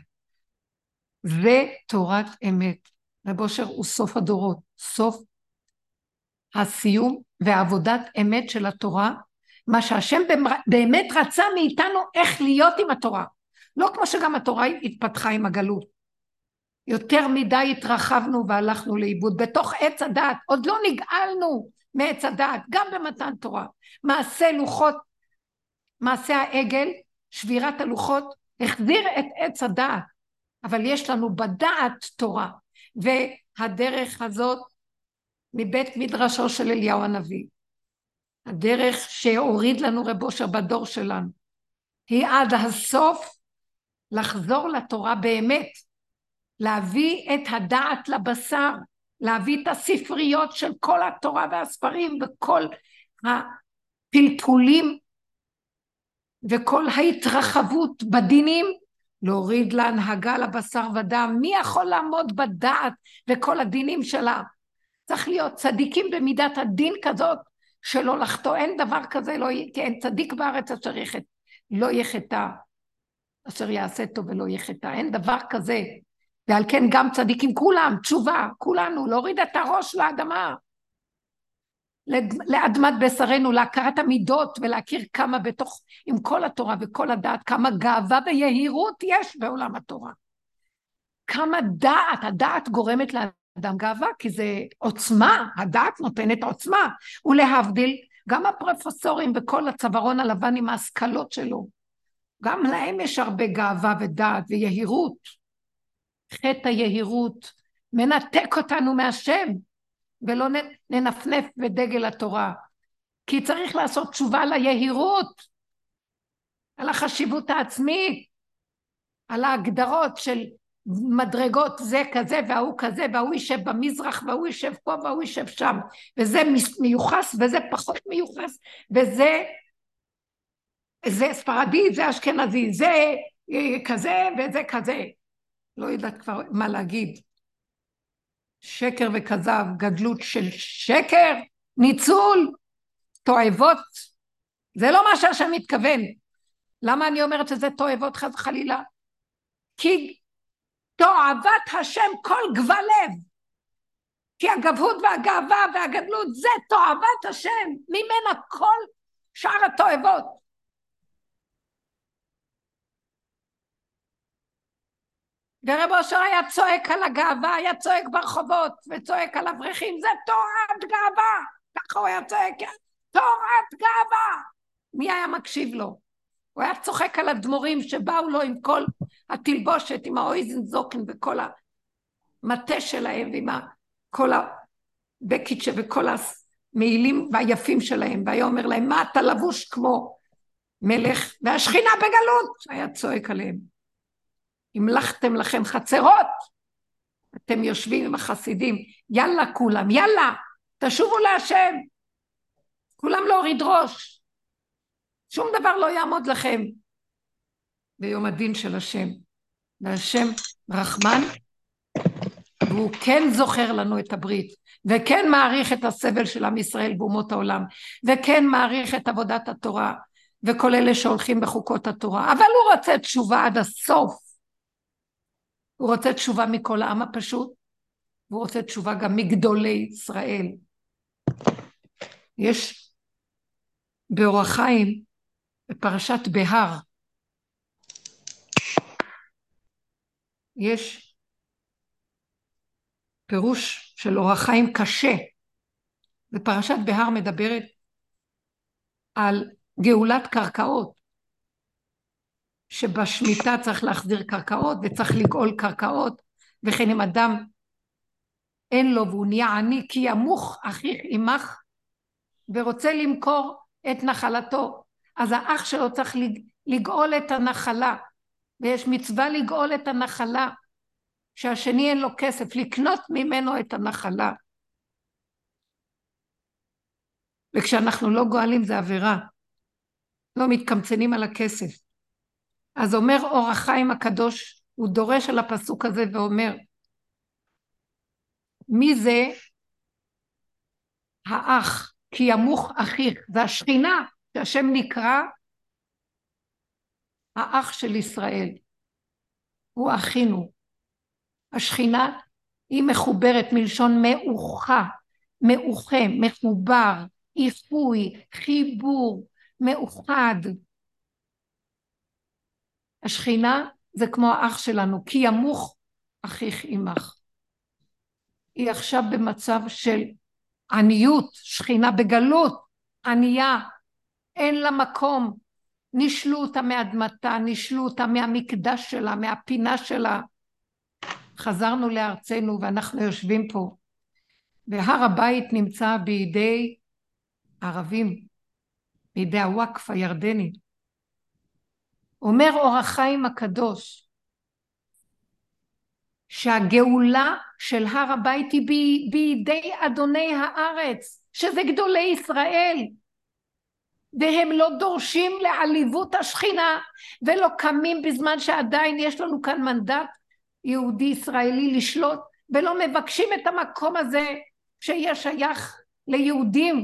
ותורת אמת. רב אושר הוא סוף הדורות, סוף הסיום ועבודת אמת של התורה, מה שהשם באמת רצה מאיתנו איך להיות עם התורה. לא כמו שגם התורה התפתחה עם הגלות. יותר מדי התרחבנו והלכנו לאיבוד בתוך עץ הדעת, עוד לא נגאלנו מעץ הדעת, גם במתן תורה. מעשה לוחות, מעשה העגל, שבירת הלוחות, החזיר את עץ הדעת, אבל יש לנו בדעת תורה, והדרך הזאת מבית מדרשו של אליהו הנביא, הדרך שהוריד לנו רב אושר בדור שלנו, היא עד הסוף לחזור לתורה באמת, להביא את הדעת לבשר, להביא את הספריות של כל התורה והספרים וכל הפלפולים וכל ההתרחבות בדינים, להוריד להנהגה לבשר ודם. מי יכול לעמוד בדעת וכל הדינים שלה? צריך להיות צדיקים במידת הדין כזאת שלא לחטוא. אין דבר כזה, לא, כי אין צדיק בארץ אשר יחטא, לא יחטא, אשר יעשה טוב ולא יחטא. אין דבר כזה. ועל כן גם צדיקים, כולם, תשובה, כולנו, להוריד את הראש לאדמה, לאדמת בשרנו, להכרת המידות ולהכיר כמה בתוך, עם כל התורה וכל הדעת, כמה גאווה ויהירות יש בעולם התורה. כמה דעת, הדעת גורמת לאדם גאווה, כי זה עוצמה, הדעת נותנת עוצמה, ולהבדיל, גם הפרופסורים וכל הצווארון הלבן עם ההשכלות שלו, גם להם יש הרבה גאווה ודעת ויהירות. חטא היהירות מנתק אותנו מהשם, ולא ננפנף בדגל התורה, כי צריך לעשות תשובה ליהירות, על החשיבות העצמית, על ההגדרות של מדרגות, זה כזה והוא כזה, והוא יישב במזרח, והוא יישב פה והוא יישב שם, וזה מיוחס וזה פחות מיוחס, וזה ספרדי, זה אשכנזי, זה כזה וזה כזה. לא יודעת כבר מה להגיד. שקר וכזב, גדלות של שקר, ניצול, תועבות. זה לא מה שהשם מתכוון. למה אני אומרת שזה תועבות חס וחלילה? כי תועבת השם כל גבל לב. כי הגבהות והגאווה והגדלות זה תועבת השם, ממנה כל שאר התועבות. ורב אושר היה צועק על הגאווה, היה צועק ברחובות וצועק על אברכים, זה תורת גאווה. ככה הוא היה צועק, תורת גאווה. מי היה מקשיב לו? הוא היה צוחק על הדמורים שבאו לו עם כל התלבושת, עם האויזנזוקן וכל המטה שלהם, ועם כל הבקיצ'ה וכל המעילים והיפים שלהם, והיה אומר להם, מה אתה לבוש כמו מלך, והשכינה בגלות. היה צועק עליהם. המלכתם לכם חצרות, אתם יושבים עם החסידים, יאללה כולם, יאללה, תשובו להשם, כולם להוריד ראש, שום דבר לא יעמוד לכם ביום הדין של השם. והשם רחמן, והוא כן זוכר לנו את הברית, וכן מעריך את הסבל של עם ישראל באומות העולם, וכן מעריך את עבודת התורה, וכל אלה שהולכים בחוקות התורה, אבל הוא רוצה תשובה עד הסוף. הוא רוצה תשובה מכל העם הפשוט, והוא רוצה תשובה גם מגדולי ישראל. יש באור החיים, בפרשת בהר, יש פירוש של אור החיים קשה, ופרשת בהר מדברת על גאולת קרקעות, שבשמיטה צריך להחזיר קרקעות, וצריך לגאול קרקעות, וכן אם אדם אין לו, והוא נהיה עני, כי ימוך אחיך עמך, ורוצה למכור את נחלתו, אז האח שלו צריך לגאול את הנחלה, ויש מצווה לגאול את הנחלה, שהשני אין לו כסף, לקנות ממנו את הנחלה. וכשאנחנו לא גואלים זה עבירה, לא מתקמצנים על הכסף. אז אומר אור החיים הקדוש, הוא דורש על הפסוק הזה ואומר, מי זה האח? כי ימוך אחיך, זה השכינה, שהשם נקרא האח של ישראל, הוא אחינו. השכינה היא מחוברת מלשון מאוחה, מאוחה, מחובר, איחוי, חיבור, מאוחד. השכינה זה כמו האח שלנו, כי ימוך אחיך עמך. היא עכשיו במצב של עניות, שכינה בגלות, ענייה, אין לה מקום, נשלו אותה מאדמתה, נשלו אותה מהמקדש שלה, מהפינה שלה. חזרנו לארצנו ואנחנו יושבים פה, והר הבית נמצא בידי ערבים, בידי הוואקף הירדני. אומר אור החיים הקדוש, שהגאולה של הר הבית היא בידי אדוני הארץ, שזה גדולי ישראל, והם לא דורשים לעליבות השכינה, ולא קמים בזמן שעדיין יש לנו כאן מנדט יהודי ישראלי לשלוט, ולא מבקשים את המקום הזה שיהיה שייך ליהודים,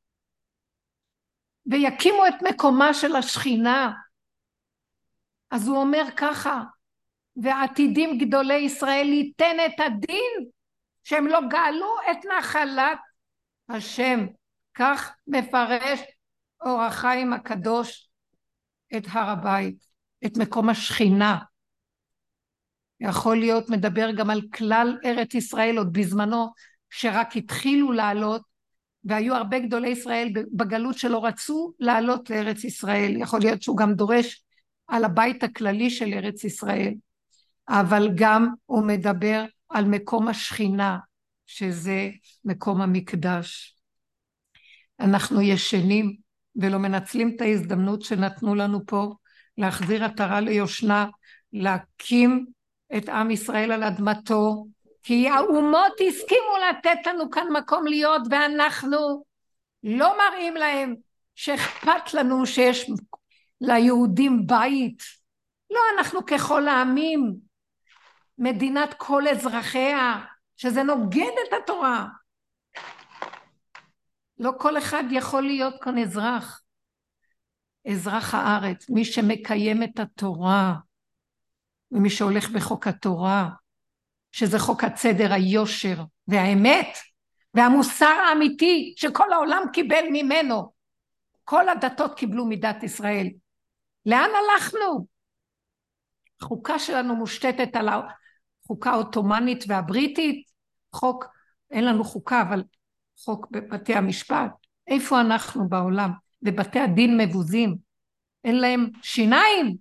ויקימו את מקומה של השכינה. אז הוא אומר ככה, ועתידים גדולי ישראל ייתן את הדין, שהם לא גאלו את נחלת השם. כך מפרש אור החיים הקדוש את הר הבית, את מקום השכינה. יכול להיות מדבר גם על כלל ארץ ישראל, עוד בזמנו שרק התחילו לעלות, והיו הרבה גדולי ישראל בגלות שלא רצו לעלות לארץ ישראל. יכול להיות שהוא גם דורש על הבית הכללי של ארץ ישראל, אבל גם הוא מדבר על מקום השכינה, שזה מקום המקדש. אנחנו ישנים ולא מנצלים את ההזדמנות שנתנו לנו פה, להחזיר עטרה ליושנה, להקים את עם ישראל על אדמתו, כי האומות הסכימו לתת לנו כאן מקום להיות, ואנחנו לא מראים להם שאכפת לנו שיש ליהודים בית. לא, אנחנו ככל העמים, מדינת כל אזרחיה, שזה נוגד את התורה. לא כל אחד יכול להיות כאן אזרח. אזרח הארץ, מי שמקיים את התורה, ומי שהולך בחוק התורה, שזה חוק הצדר, היושר והאמת, והמוסר האמיתי שכל העולם קיבל ממנו. כל הדתות קיבלו מדת ישראל. לאן הלכנו? החוקה שלנו מושתתת על החוקה האוטומנית והבריטית, חוק, אין לנו חוקה, אבל חוק בבתי המשפט. איפה אנחנו בעולם? ובתי הדין מבוזים, אין להם שיניים.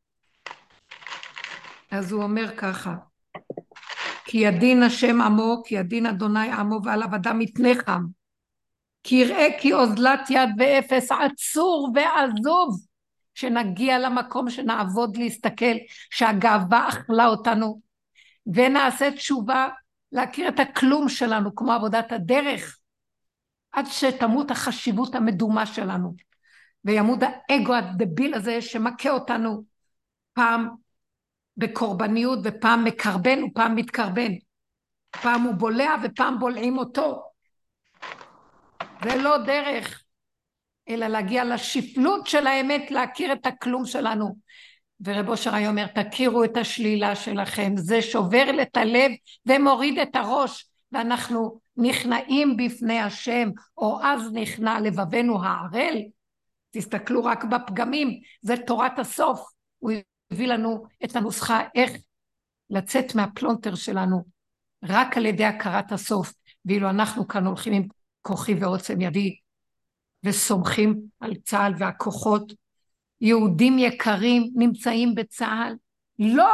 אז הוא אומר ככה, כי ידין השם עמו, כי ידין אדוני עמו, ועליו אדם יתנחם. כי יראה כי אוזלת יד ואפס, עצור ועזוב, שנגיע למקום שנעבוד להסתכל, שהגאווה אכלה אותנו, ונעשה תשובה להכיר את הכלום שלנו, כמו עבודת הדרך, עד שתמות החשיבות המדומה שלנו, וימות האגו הדביל הזה שמכה אותנו, פעם בקורבניות ופעם מקרבן ופעם מתקרבן, פעם הוא בולע ופעם בולעים אותו. זה לא דרך, אלא להגיע לשפלות של האמת, להכיר את הכלום שלנו. ורב אושר היה אומר, תכירו את השלילה שלכם, זה שובר את הלב ומוריד את הראש, ואנחנו נכנעים בפני השם, או אז נכנע לבבנו הערל. תסתכלו רק בפגמים, זה תורת הסוף. הוא הביא לנו את הנוסחה איך לצאת מהפלונטר שלנו, רק על ידי הכרת הסוף. ואילו אנחנו כאן הולכים עם כוחי ועוצם ידי, וסומכים על צה"ל והכוחות, יהודים יקרים נמצאים בצה"ל, לא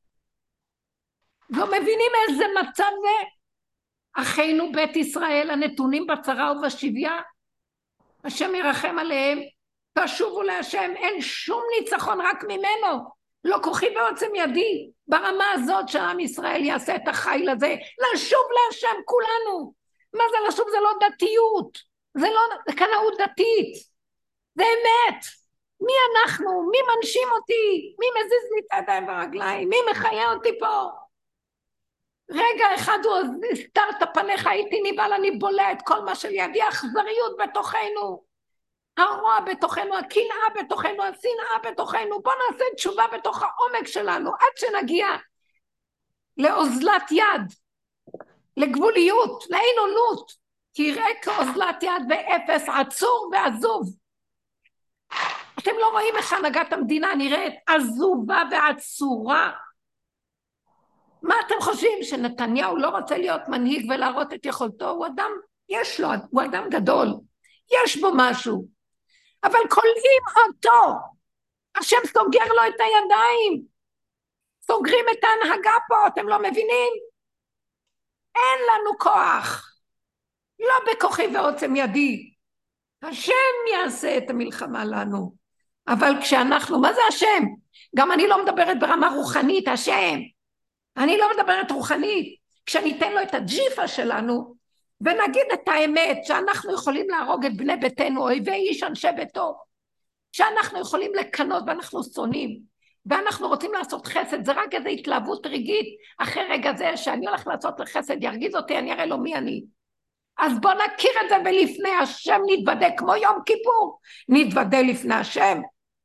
מבינים איזה מצב זה. אחינו בית ישראל הנתונים בצרה ובשביה, השם ירחם עליהם, תשובו להשם, אין שום ניצחון רק ממנו, לא כוחי ועוצם ידי, ברמה הזאת שעם ישראל יעשה את החיל הזה, לשוב להשם כולנו. מה זה לשוב? זה לא דתיות, זה קנאות דתית, זה אמת. מי אנחנו? מי מנשים אותי? מי מזיז לי את הידיים והרגליים? מי מחיה אותי פה? רגע אחד הוא הסתרת פניך, הייתי נבהל, אני בולע את כל מה שלידי, האכזריות בתוכנו, הרוע בתוכנו, הקנאה בתוכנו, השנאה בתוכנו. בוא נעשה תשובה בתוך העומק שלנו, עד שנגיע לאוזלת יד, לגבוליות, לאינונות, תראה כאוזלת יד ואפס, עצור ועזוב. אתם לא רואים איך הנהגת המדינה נראית עזובה ועצורה? מה אתם חושבים, שנתניהו לא רוצה להיות מנהיג ולהראות את יכולתו? הוא אדם, יש לו, הוא אדם גדול, יש בו משהו, אבל כולאים אותו, השם סוגר לו את הידיים, סוגרים את ההנהגה פה, אתם לא מבינים? אין לנו כוח, לא בכוחי ועוצם ידי, השם יעשה את המלחמה לנו. אבל כשאנחנו, מה זה השם? גם אני לא מדברת ברמה רוחנית, השם, אני לא מדברת רוחנית. כשניתן לו את הג'יפה שלנו, ונגיד את האמת, שאנחנו יכולים להרוג את בני ביתנו, אויבי איש אנשי ביתו, שאנחנו יכולים לקנות ואנחנו שונאים, ואנחנו רוצים לעשות חסד, זה רק איזו התלהבות רגעית, אחרי רגע זה שאני הולך לעשות לחסד, ירגיז אותי, אני אראה לו מי אני. אז בוא נכיר את זה, ולפני השם נתוודה, כמו יום כיפור, נתוודה לפני השם,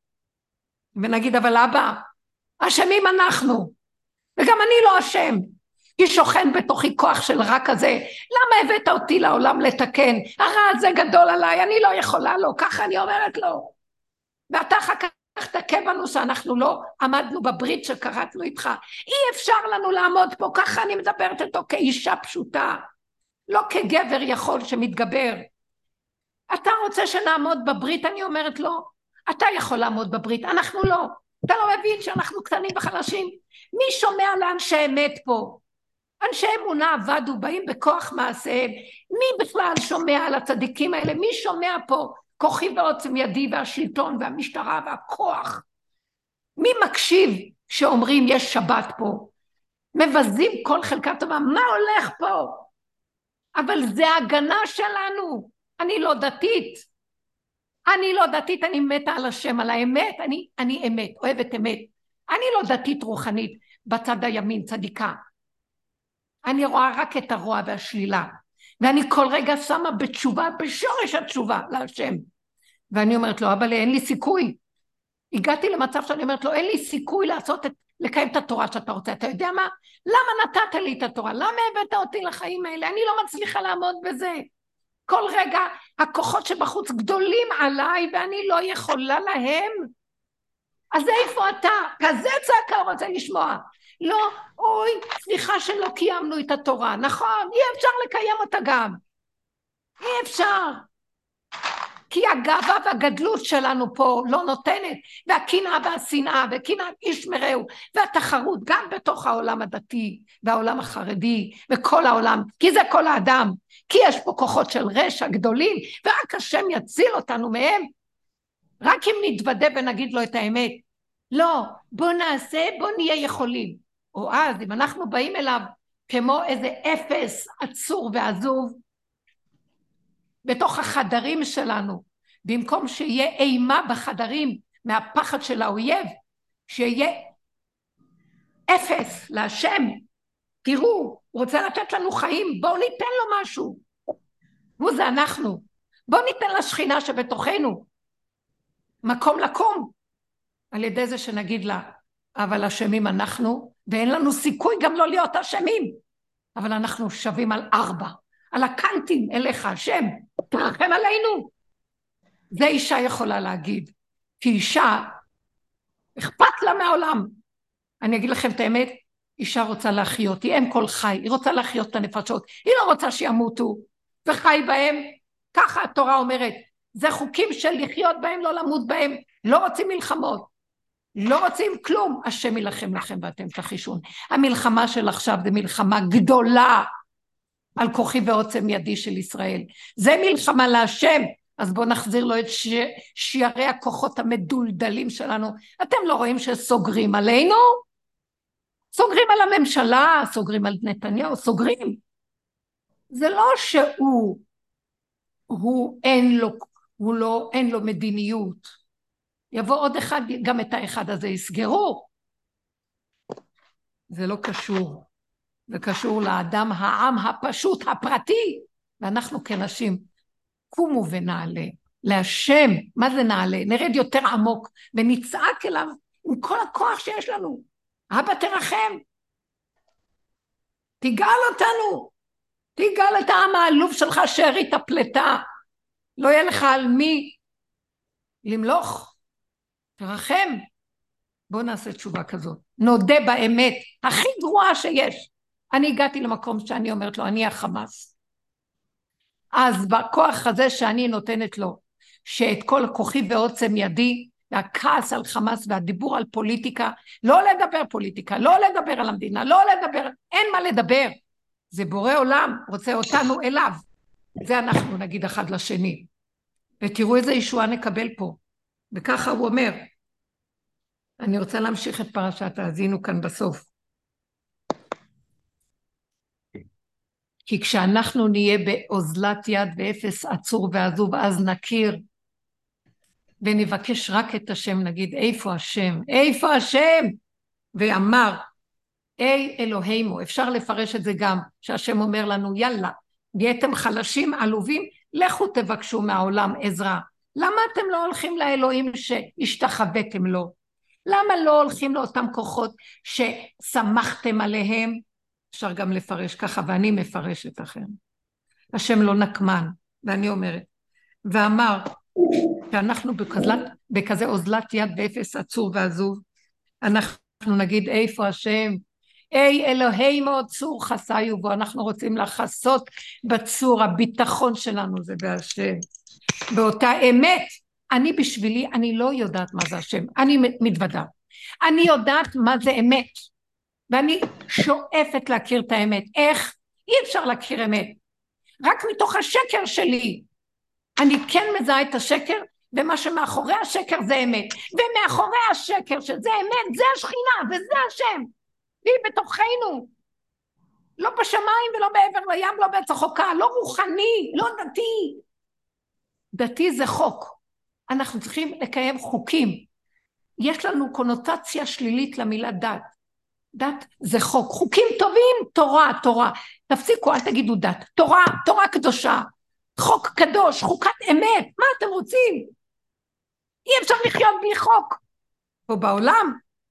ונגיד, אבל אבא, אשמים אנחנו, וגם אני לא אשם, כי שוכן בתוכי כוח של רע כזה, למה הבאת אותי לעולם לתקן? הרע הזה גדול עליי, אני לא יכולה לו, ככה אני אומרת לו, ואתה אחר כך תקה בנו שאנחנו לא עמדנו בברית שקראתנו איתך, אי אפשר לנו לעמוד פה, ככה אני מדברת איתו כאישה פשוטה, לא כגבר יכול שמתגבר. אתה רוצה שנעמוד בברית? אני אומרת לו, אתה יכול לעמוד בברית, אנחנו לא. אתה לא מבין שאנחנו קטנים וחלשים? מי שומע לאנשי אמת פה? אנשי אמונה עבדו, באים בכוח מעשיהם. מי בכלל שומע על הצדיקים האלה? מי שומע פה? כוחי ועוצם ידי והשלטון והמשטרה והכוח. מי מקשיב שאומרים יש שבת פה? מבזים כל חלקה טובה, מה הולך פה? אבל זה ההגנה שלנו. אני לא דתית. אני לא דתית, אני מתה על השם, על האמת. אני אמת, אוהבת אמת. אני לא דתית רוחנית בצד הימין, צדיקה. אני רואה רק את הרוע והשלילה. ואני כל רגע שמה בתשובה, בשורש התשובה להשם. ואני אומרת לו, אבל אין לי סיכוי. הגעתי למצב שאני אומרת לו, אין לי סיכוי לקיים את התורה שאתה רוצה. אתה יודע מה? למה נתת לי את התורה? למה הבאת אותי לחיים האלה? אני לא מצליחה לעמוד בזה. כל רגע הכוחות שבחוץ גדולים עליי, ואני לא יכולה להם. אז איפה אתה? כזה צעקה רוצה לשמוע. לא, אוי, סליחה שלא קיימנו את התורה. נכון, אי אפשר לקיים אותה גם. אי אפשר. כי הגאווה והגדלות שלנו פה לא נותנת, והקנאה והשנאה, וקנאת איש מרעהו, והתחרות גם בתוך העולם הדתי, והעולם החרדי, וכל העולם, כי זה כל האדם, כי יש פה כוחות של רשע גדולים, ורק השם יציל אותנו מהם, רק אם נתוודה ונגיד לו את האמת. לא, בוא נעשה, בוא נהיה יכולים. או אז, אם אנחנו באים אליו כמו איזה אפס עצור ועזוב, בתוך החדרים שלנו, במקום שיהיה אימה בחדרים מהפחד של האויב, שיהיה אפס להשם. תראו, הוא רוצה לתת לנו חיים, בואו ניתן לו משהו. הוא זה אנחנו. בואו ניתן לשכינה שבתוכנו מקום לקום, על ידי זה שנגיד לה, אבל אשמים אנחנו, ואין לנו סיכוי גם לא להיות אשמים, אבל אנחנו שווים על 4, על הקנטים אליך, השם, תרחם עלינו. זה אישה יכולה להגיד, כי אישה אכפת לה מהעולם. אני אגיד לכם את האמת, אישה רוצה להחיות, היא אם כל חי, היא רוצה להחיות את הנפשות, היא לא רוצה שימותו, וחי בהם, ככה התורה אומרת, זה חוקים של לחיות בהם, לא למות בהם, לא רוצים מלחמות, לא רוצים כלום, השם ילחם לכם ואתם תחישון. המלחמה של עכשיו זה מלחמה גדולה, על כוחי ועוצם ידי של ישראל, זה מלחמה להשם, אז בואו נחזיר לו את שיערי הכוחות המדולדלים שלנו. אתם לא רואים שסוגרים עלינו? סוגרים על הממשלה, סוגרים על נתניהו, סוגרים. זה לא אין לו מדיניות. יבוא עוד אחד, גם את האחד הזה יסגרו. זה לא קשור. זה קשור לאדם, העם הפשוט, הפרטי. ואנחנו כנשים, קומו ונעלה. להשם, מה זה נעלה? נרד יותר עמוק ונצעק אליו עם כל הכוח שיש לנו. אבא תרחם. תגאל אותנו. תגאל את העם העלוב שלך שארית הפלטה. לא יהיה לך על מי למלוך. תרחם. בואו נעשה תשובה כזאת. נודה באמת, הכי גרועה שיש. אני הגעתי למקום שאני אומרת לו, אני החמאס. אז בכוח הזה שאני נותנת לו, שאת כל כוחי ועוצם ידי, והכעס על חמאס והדיבור על פוליטיקה, לא לדבר פוליטיקה, לא לדבר על המדינה, לא לדבר, אין מה לדבר. זה בורא עולם, רוצה אותנו אליו. זה אנחנו נגיד אחד לשני. ותראו איזה ישועה נקבל פה. וככה הוא אומר, אני רוצה להמשיך את פרשת האזינו כאן בסוף. כי כשאנחנו נהיה באוזלת יד ואפס עצור ועזוב, אז נכיר ונבקש רק את השם, נגיד, איפה השם? איפה השם? ואמר, אי אלוהימו, אפשר לפרש את זה גם, שהשם אומר לנו, יאללה, נהייתם חלשים, עלובים, לכו תבקשו מהעולם עזרה. למה אתם לא הולכים לאלוהים שהשתחוויתם לו? למה לא הולכים לאותם כוחות ששמחתם עליהם? אפשר גם לפרש ככה, ואני מפרשת לכם. השם לא נקמן, ואני אומרת, ואמר, שאנחנו בכזה אוזלת יד ואפס עצור ועזוב, אנחנו נגיד איפה השם, אי אלוהינו צור חסיו בו, אנחנו רוצים לחסות בצור, הביטחון שלנו זה בהשם. באותה אמת, אני בשבילי, אני לא יודעת מה זה השם, אני מתוודה. אני יודעת מה זה אמת, ואני שואפת להכיר את האמת. איך? אי אפשר להכיר אמת. רק מתוך השקר שלי. אני כן מזהה את השקר, ומה שמאחורי השקר זה אמת. ומאחורי השקר שזה אמת, זה השכינה, וזה השם. והיא בתוכנו. לא בשמיים ולא בעבר לים, לא בעץ החוקה, לא רוחני, לא דתי. דתי זה חוק. אנחנו צריכים לקיים חוקים. יש לנו קונוטציה שלילית למילה דת. דת זה חוק. חוקים טובים, תורה, תורה. תפסיקו, אל תגידו דת. תורה, תורה קדושה. חוק קדוש, חוקת אמת. מה אתם רוצים? אי אפשר לחיות בלי חוק. פה בעולם.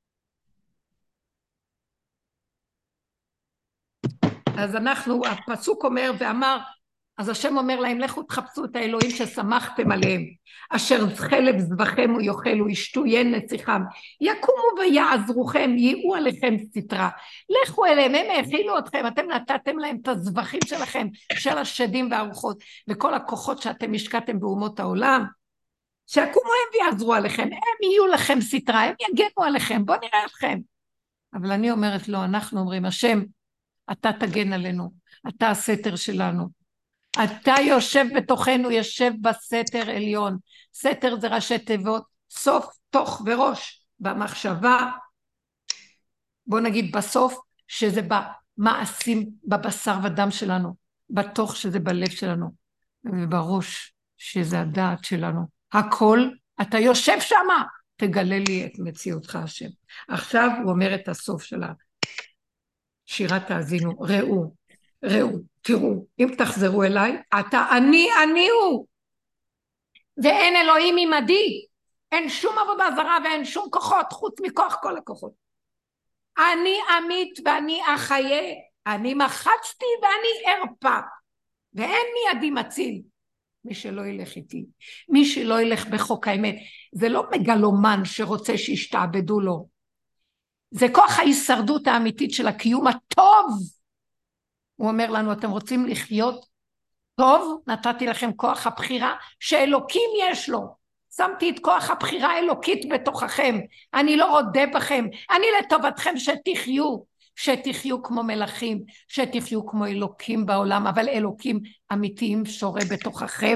אז הפסוק אומר ואמר, אז השם אומר להם, לכו תחפשו את האלוהים ששמחתם עליהם, אשר חלב זבחם הוא יאכלו, ישתו יין נציחם, יקומו ויעזרוכם, יהיו עליכם סתרה, לכו אליהם, הם האכילו אתכם, אתם נתתם להם את הזבחים שלכם, של השדים והרוחות, וכל הכוחות שאתם השקעתם באומות העולם, שיקומו הם ויעזרו עליכם, הם יהיו לכם סתרה, הם יגנו עליכם, בואו נראה אתכם. אבל אני אומרת לו, אנחנו אומרים, השם, אתה תגן עלינו, אתה הסתר שלנו, אתה יושב בתוכנו, יושב בסתר עליון. סתר זה ראשי תיבות, סוף, תוך וראש. במחשבה, בוא נגיד בסוף, שזה במעשים, בבשר ודם שלנו, בתוך שזה בלב שלנו, ובראש שזה הדעת שלנו. הכל, אתה יושב שמה, תגלה לי את מציאותך השם. עכשיו הוא אומר את הסוף שלה. שירת האזינו, ראו, תראו, אם תחזרו אליי, אני הוא, ואין אלוהים עמדי, אין שום עבודה זרה ואין שום כוחות, חוץ מכוח כל הכוחות. אני אמית ואני אחיה, אני מחצתי ואני ארפא, ואין מידי מציל, מי שלא ילך איתי, מי שלא ילך בחוק האמת, זה לא מגלומן שרוצה שישתעבדו לו, זה כוח ההישרדות האמיתית של הקיום הטוב, הוא אומר לנו, אתם רוצים לחיות טוב? נתתי לכם כוח הבחירה שאלוקים יש לו. שמתי את כוח הבחירה האלוקית בתוככם. אני לא רודה בכם. אני לטובתכם שתחיו כמו מלאכים, שתחיו כמו אלוקים בעולם, אבל אלוקים אמיתיים שורה בתוככם.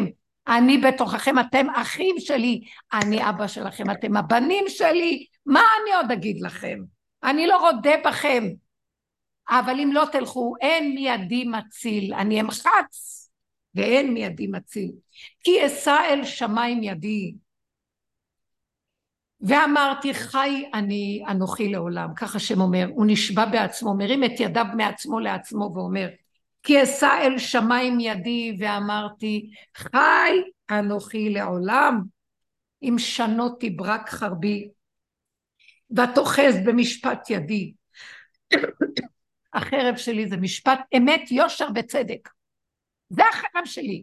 אני בתוככם, אתם אחים שלי, אני אבא שלכם, אתם הבנים שלי, מה אני עוד אגיד לכם? אני לא רודה בכם, אבל אם לא תלכו, אין מידי מציל, אני אמחץ, ואין מידי מציל, כי אשא אל שמיים ידי, ואמרתי חי אני אנוכי לעולם, ככה שם אומר, הוא נשבע בעצמו, מרים את ידיו מעצמו לעצמו ואומר, כי אשא אל שמיים ידי ואמרתי חי אנוכי לעולם, אם שנות תברק חרבי, ותאחז במשפט ידי, החרב שלי זה משפט אמת יושר וצדק, זה החרב שלי.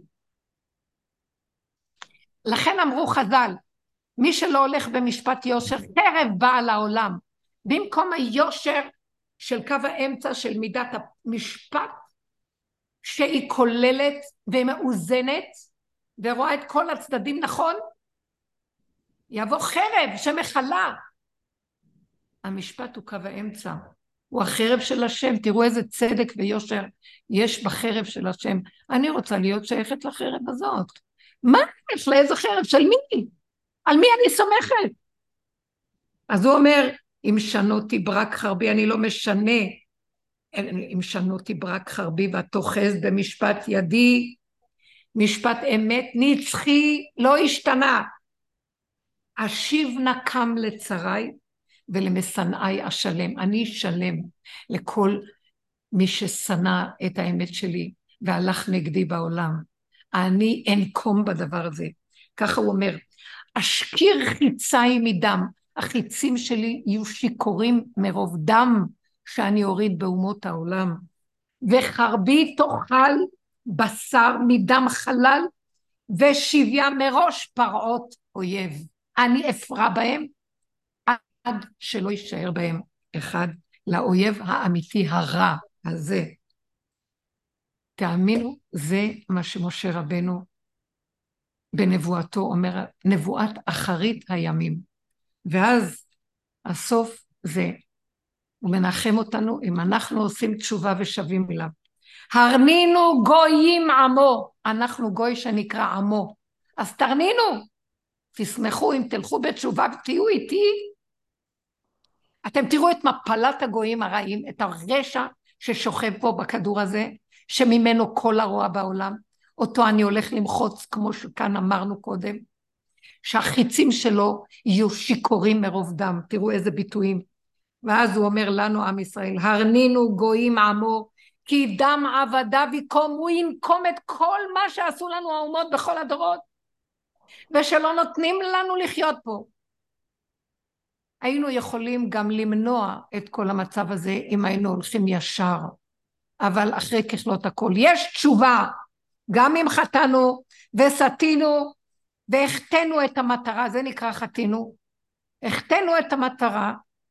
לכן אמרו חז"ל, מי שלא הולך במשפט יושר, חרב באה לעולם. במקום היושר של קו האמצע של מידת המשפט, שהיא כוללת ומאוזנת, ורואה את כל הצדדים נכון, יבוא חרב שמחלה. המשפט הוא קו האמצע, הוא החרב של השם. תראו איזה צדק ויושר יש בחרב של השם. אני רוצה להיות שייכת לחרב הזאת. מה יש לה? איזה חרב? של מי? על מי אני סומכת? אז הוא אומר, אם שנות תברק חרבי, אני לא משנה, אם שנות תברק חרבי ותאחז במשפט ידי, משפט אמת נצחי לא השתנה, אשיב נקם לצריי ולמשנאי אשלם. אני שלם לכל מי ששנא את האמת שלי והלך נגדי בעולם. אני אנקום בדבר הזה. ככה הוא אומר, אשקיר חיצי מדם, החיצים שלי יהיו שיכורים מרוב דם שאני אוריד באומות העולם, וחרבי תאכל בשר מדם חלל, ושביה מראש פרעות אויב. אני אפרע בהם עד שלא יישאר בהם אחד, לאויב האמיתי הרע הזה. תאמינו, זה מה שמשה רבנו בנבואתו אומר, נבואת אחרית הימים. ואז הסוף זה, הוא מנחם אותנו אם אנחנו עושים תשובה ושווים אליו. הרנינו גויים עמו, אנחנו גוי שנקרא עמו, אז תרנינו, תשמחו אם תלכו בתשובה ותהיו איתי. אתם תראו את מפלת הגויים הרעים, את הרשע ששוכב פה בכדור הזה, שממנו כל הרוע בעולם, אותו אני הולך למחוץ, כמו שכאן אמרנו קודם, שהחיצים שלו יהיו שיכורים מרוב דם. תראו איזה ביטויים. ואז הוא אומר לנו, עם ישראל, הרנינו גויים עמו, כי דם עבדיו יקום, הוא ינקום את כל מה שעשו לנו האומות בכל הדורות, ושלא נותנים לנו לחיות פה. היינו יכולים גם למנוע את כל המצב הזה, אם היינו הולכים ישר, אבל אחרי ככלות הכל, יש תשובה, גם אם חטאנו וסתינו, והחטאנו את המטרה, זה נקרא חטאנו, החטאנו את המטרה,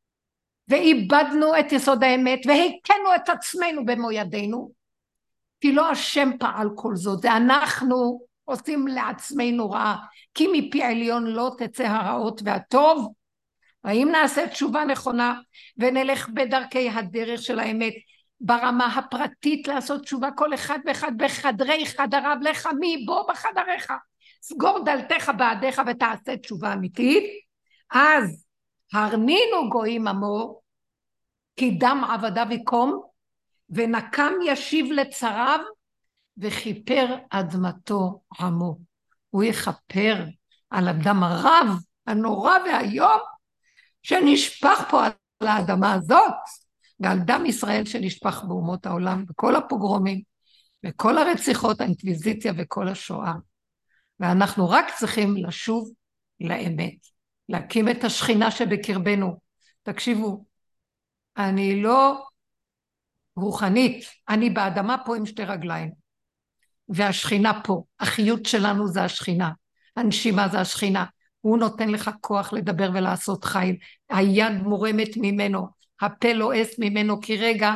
ואיבדנו את יסוד האמת, והכנו את עצמנו במו ידינו, כי לא השם פעל כל זאת, זה אנחנו עושים לעצמנו רעה, כי מפי עליון לא תצא הרעות והטוב. האם נעשה תשובה נכונה, ונלך בדרכי הדרך של האמת, ברמה הפרטית לעשות תשובה, כל אחד ואחד בחדרי חדריו, לך מי בו בחדריך, סגור דלתך בעדיך ותעשה תשובה אמיתית, אז הרנינו גויים עמו, כי דם עבדיו יקום, ונקם ישיב לצריו, וכיפר אדמתו עמו. הוא יכפר על הדם הרב, הנורא והיום, שנשפך פה על האדמה הזאת, ועל דם ישראל שנשפך באומות העולם, בכל הפוגרומים, בכל הרציחות, האינקוויזיציה וכל השואה. ואנחנו רק צריכים לשוב לאמת, להקים את השכינה שבקרבנו. תקשיבו, אני לא רוחנית, אני באדמה פה עם שתי רגליים, והשכינה פה, החיות שלנו זה השכינה, הנשימה זה השכינה, הוא נותן לך כוח לדבר ולעשות חיל, היד מורמת ממנו, הפה לועס ממנו, כי רגע,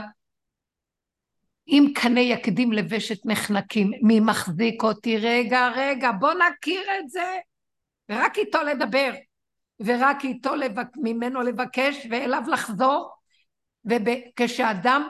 אם קנה יקדים לבשת מחנקים, מי מחזיק אותי? רגע, בוא נכיר את זה, ורק איתו לדבר, ורק איתו ממנו לבקש, ואליו לחזור, וכשאדם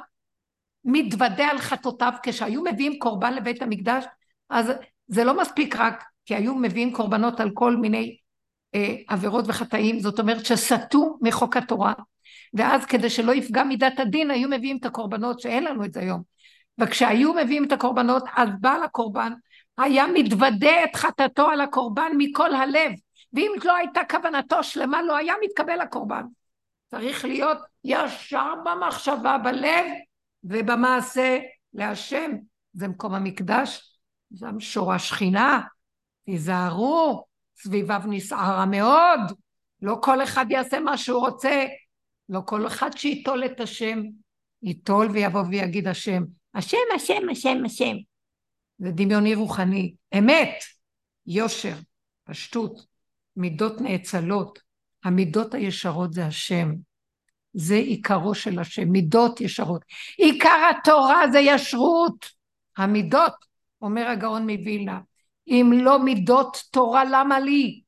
מתוודע על חטאותיו, כשהיו מביאים קורבן לבית המקדש, אז זה לא מספיק רק כי היו מביאים קורבנות על כל מיני עבירות וחטאים, זאת אומרת שסטו מחוק התורה, ואז כדי שלא יפגע מידת הדין, היו מביאים את הקורבנות, שאין לנו את זה היום, וכשהיו מביאים את הקורבנות, אז בעל הקורבן היה מתוודה את חטאתו על הקורבן מכל הלב, ואם לא הייתה כוונתו שלמה, לא היה מתקבל הקורבן. צריך להיות ישר במחשבה, בלב ובמעשה להשם. זה מקום המקדש, זה שור השכינה, תיזהרו, סביביו נסערה מאוד, לא כל אחד יעשה מה שהוא רוצה, לא כל אחד שיטול את השם, יטול ויבוא ויגיד השם, השם, השם, השם, השם. זה דמיוני רוחני, אמת, יושר, פשטות, מידות נאצלות, המידות הישרות זה השם, זה עיקרו של השם, מידות ישרות, עיקר התורה זה ישרות, המידות, אומר הגאון מווילנה, אם לא מידות תורה למה לי?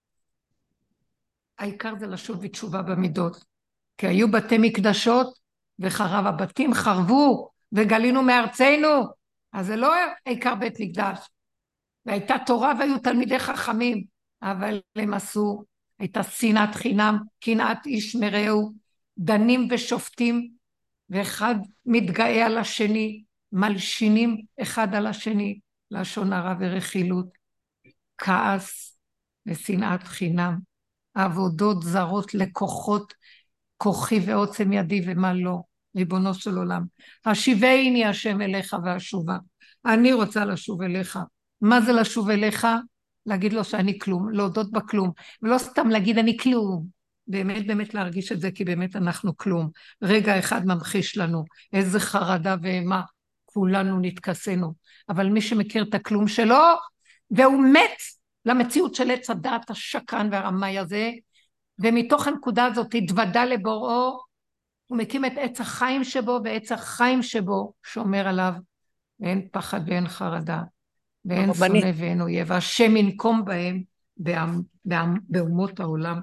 העיקר זה לשוב ותשובה במידות, כי היו בתי מקדשות וחרב הבתים חרבו וגלינו מארצנו, אז זה לא עיקר בית מקדש, והייתה תורה והיו תלמידי חכמים, אבל הם עשו, הייתה שנאת חינם, קנאת איש מרעהו, דנים ושופטים, ואחד מתגאה על השני, מלשינים אחד על השני, לשון הרע ורכילות, כעס ושנאת חינם, עבודות זרות לכוחות, כוחי ועוצם ידי ומה לא, ריבונו של עולם. השיבני השם אליך והשובה. אני רוצה לשוב אליך. מה זה לשוב אליך? להגיד לו שאני כלום, להודות בכלום, ולא סתם להגיד אני כלום. באמת באמת להרגיש את זה, כי באמת אנחנו כלום. רגע אחד ממחיש לנו, איזה חרדה ואימה, כולנו נתכסנו. אבל מי שמכיר את הכלום שלו, והוא מת למציאות של עץ הדעת השקרן והרמאי הזה, ומתוך הנקודה הזאת התוודה לבוראו, הוא מקים את עץ החיים שבו, ועץ החיים שבו שומר עליו, ואין פחד ואין חרדה, ואין שונא ואין אויב, השם ינקום בהם באומות העולם,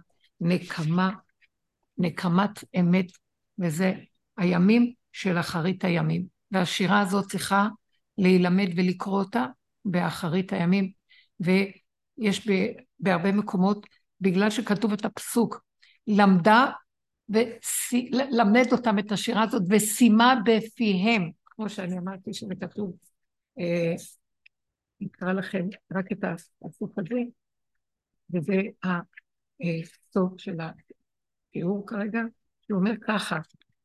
נקמת אמת, וזה הימים של אחרית הימים, והשירה הזאת צריכה להילמד ולקרוא אותה באחרית הימים, ויש בהרבה מקומות, בגלל שכתוב את הפסוק, למד אותם את השירה הזאת, ושימה בפיהם, כמו שאני אמרתי שזה כתוב, נקרא לכם רק את הפסוק הזה, וזה הסוף של התיאור כרגע, שהוא אומר ככה,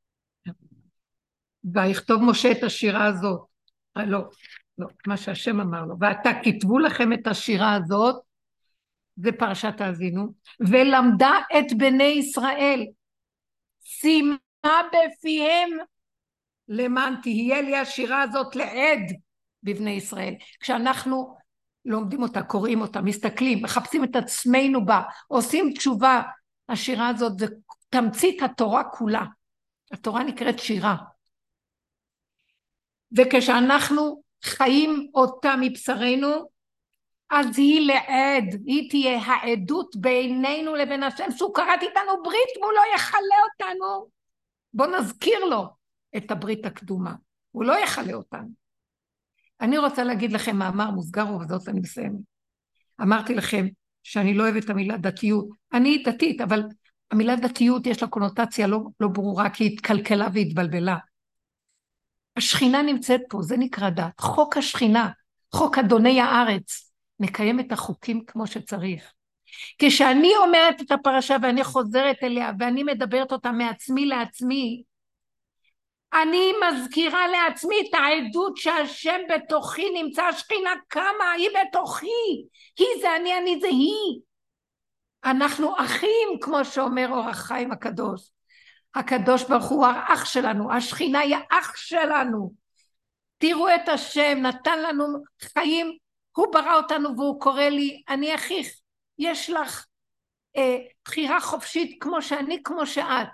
ויכתוב משה את השירה הזאת, לא, מה שהשם אמר לו, ואתה כתבו לכם את השירה הזאת, זה פרשת האזינו, ולמדה את בני ישראל, שימה בפיהם, למען תהיה לי השירה הזאת לעד בבני ישראל. כשאנחנו לומדים אותה, קוראים אותה, מסתכלים, מחפשים את עצמנו בה, עושים תשובה, השירה הזאת זה תמצית התורה כולה. התורה נקראת שירה. וכשאנחנו חיים אותה מבשרנו, אז היא לעד, היא תהיה העדות בינינו לבין השם, שהוא קראת איתנו ברית והוא לא יחלה אותנו. בוא נזכיר לו את הברית הקדומה, הוא לא יחלה אותנו. אני רוצה להגיד לכם מאמר מוסגר, ובזאת אני מסיים. אמרתי לכם שאני לא אוהבת את המילה דתיות, אני דתית, אבל המילה דתיות יש לה קונוטציה לא ברורה, כי היא התקלקלה והתבלבלה. השכינה נמצאת פה, זה נקרא דת, חוק השכינה, חוק אדוני הארץ, מקיים את החוקים כמו שצריך. כשאני אומרת את הפרשה ואני חוזרת אליה ואני מדברת אותה מעצמי לעצמי, אני מזכירה לעצמי את העדות שהשם בתוכי נמצא, השכינה קמה, היא בתוכי, היא זה אני זה היא. אנחנו אחים, כמו שאומר אור החיים הקדוש. הקדוש ברוך הוא האח שלנו, השכינה היא האח שלנו. תראו את השם, נתן לנו חיים, הוא ברא אותנו והוא קורא לי, אני אחיך, יש לך בחירה חופשית כמו שאני, כמו שאת.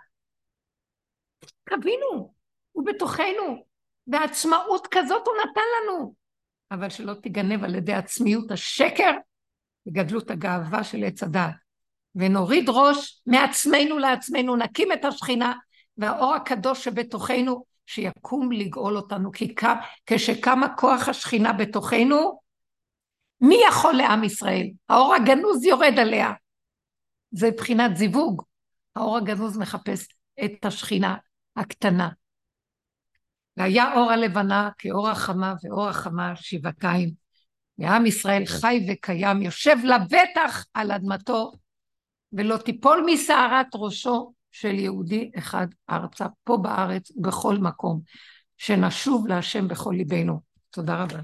קבינו, הוא בתוכנו, בעצמאות כזאת הוא נתן לנו. אבל שלא תיגנב על ידי עצמיות השקר, וגדלות הגאווה של עץ הדעת. ונוריד ראש מעצמנו לעצמנו, נקים את השכינה, והאור הקדוש שבתוכנו, שיקום לגאול אותנו, כי כשקם הכוח השכינה בתוכנו, מי יכול לעם ישראל? האור הגנוז יורד עליה. זה בחינת זיווג. האור הגנוז מחפש את השכינה הקטנה. והיה אור הלבנה כאור החמה, ואור החמה שבעתיים. ועם ישראל חי וקיים, יושב לבטח על אדמתו, ולא תיפול משערת ראשו של יהודי אחד ארצה, פה בארץ, בכל מקום, שנשוב להשם בכל ליבנו. תודה רבה.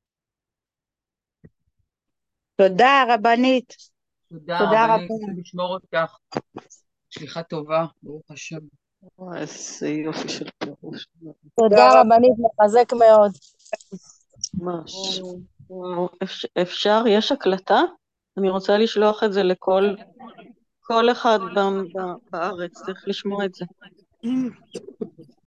תודה רבנית. תודה תודה רבנית, רבה. השם ישמור אותך. שליחה טובה, ברוך השם. איזה יופי של פירוש. תודה רבנית, מחזק מאוד. ממש. אפשר, יש הקלטה? אני רוצה לשלוח את זה לכל אחד בארץ, צריך לשמוע את זה.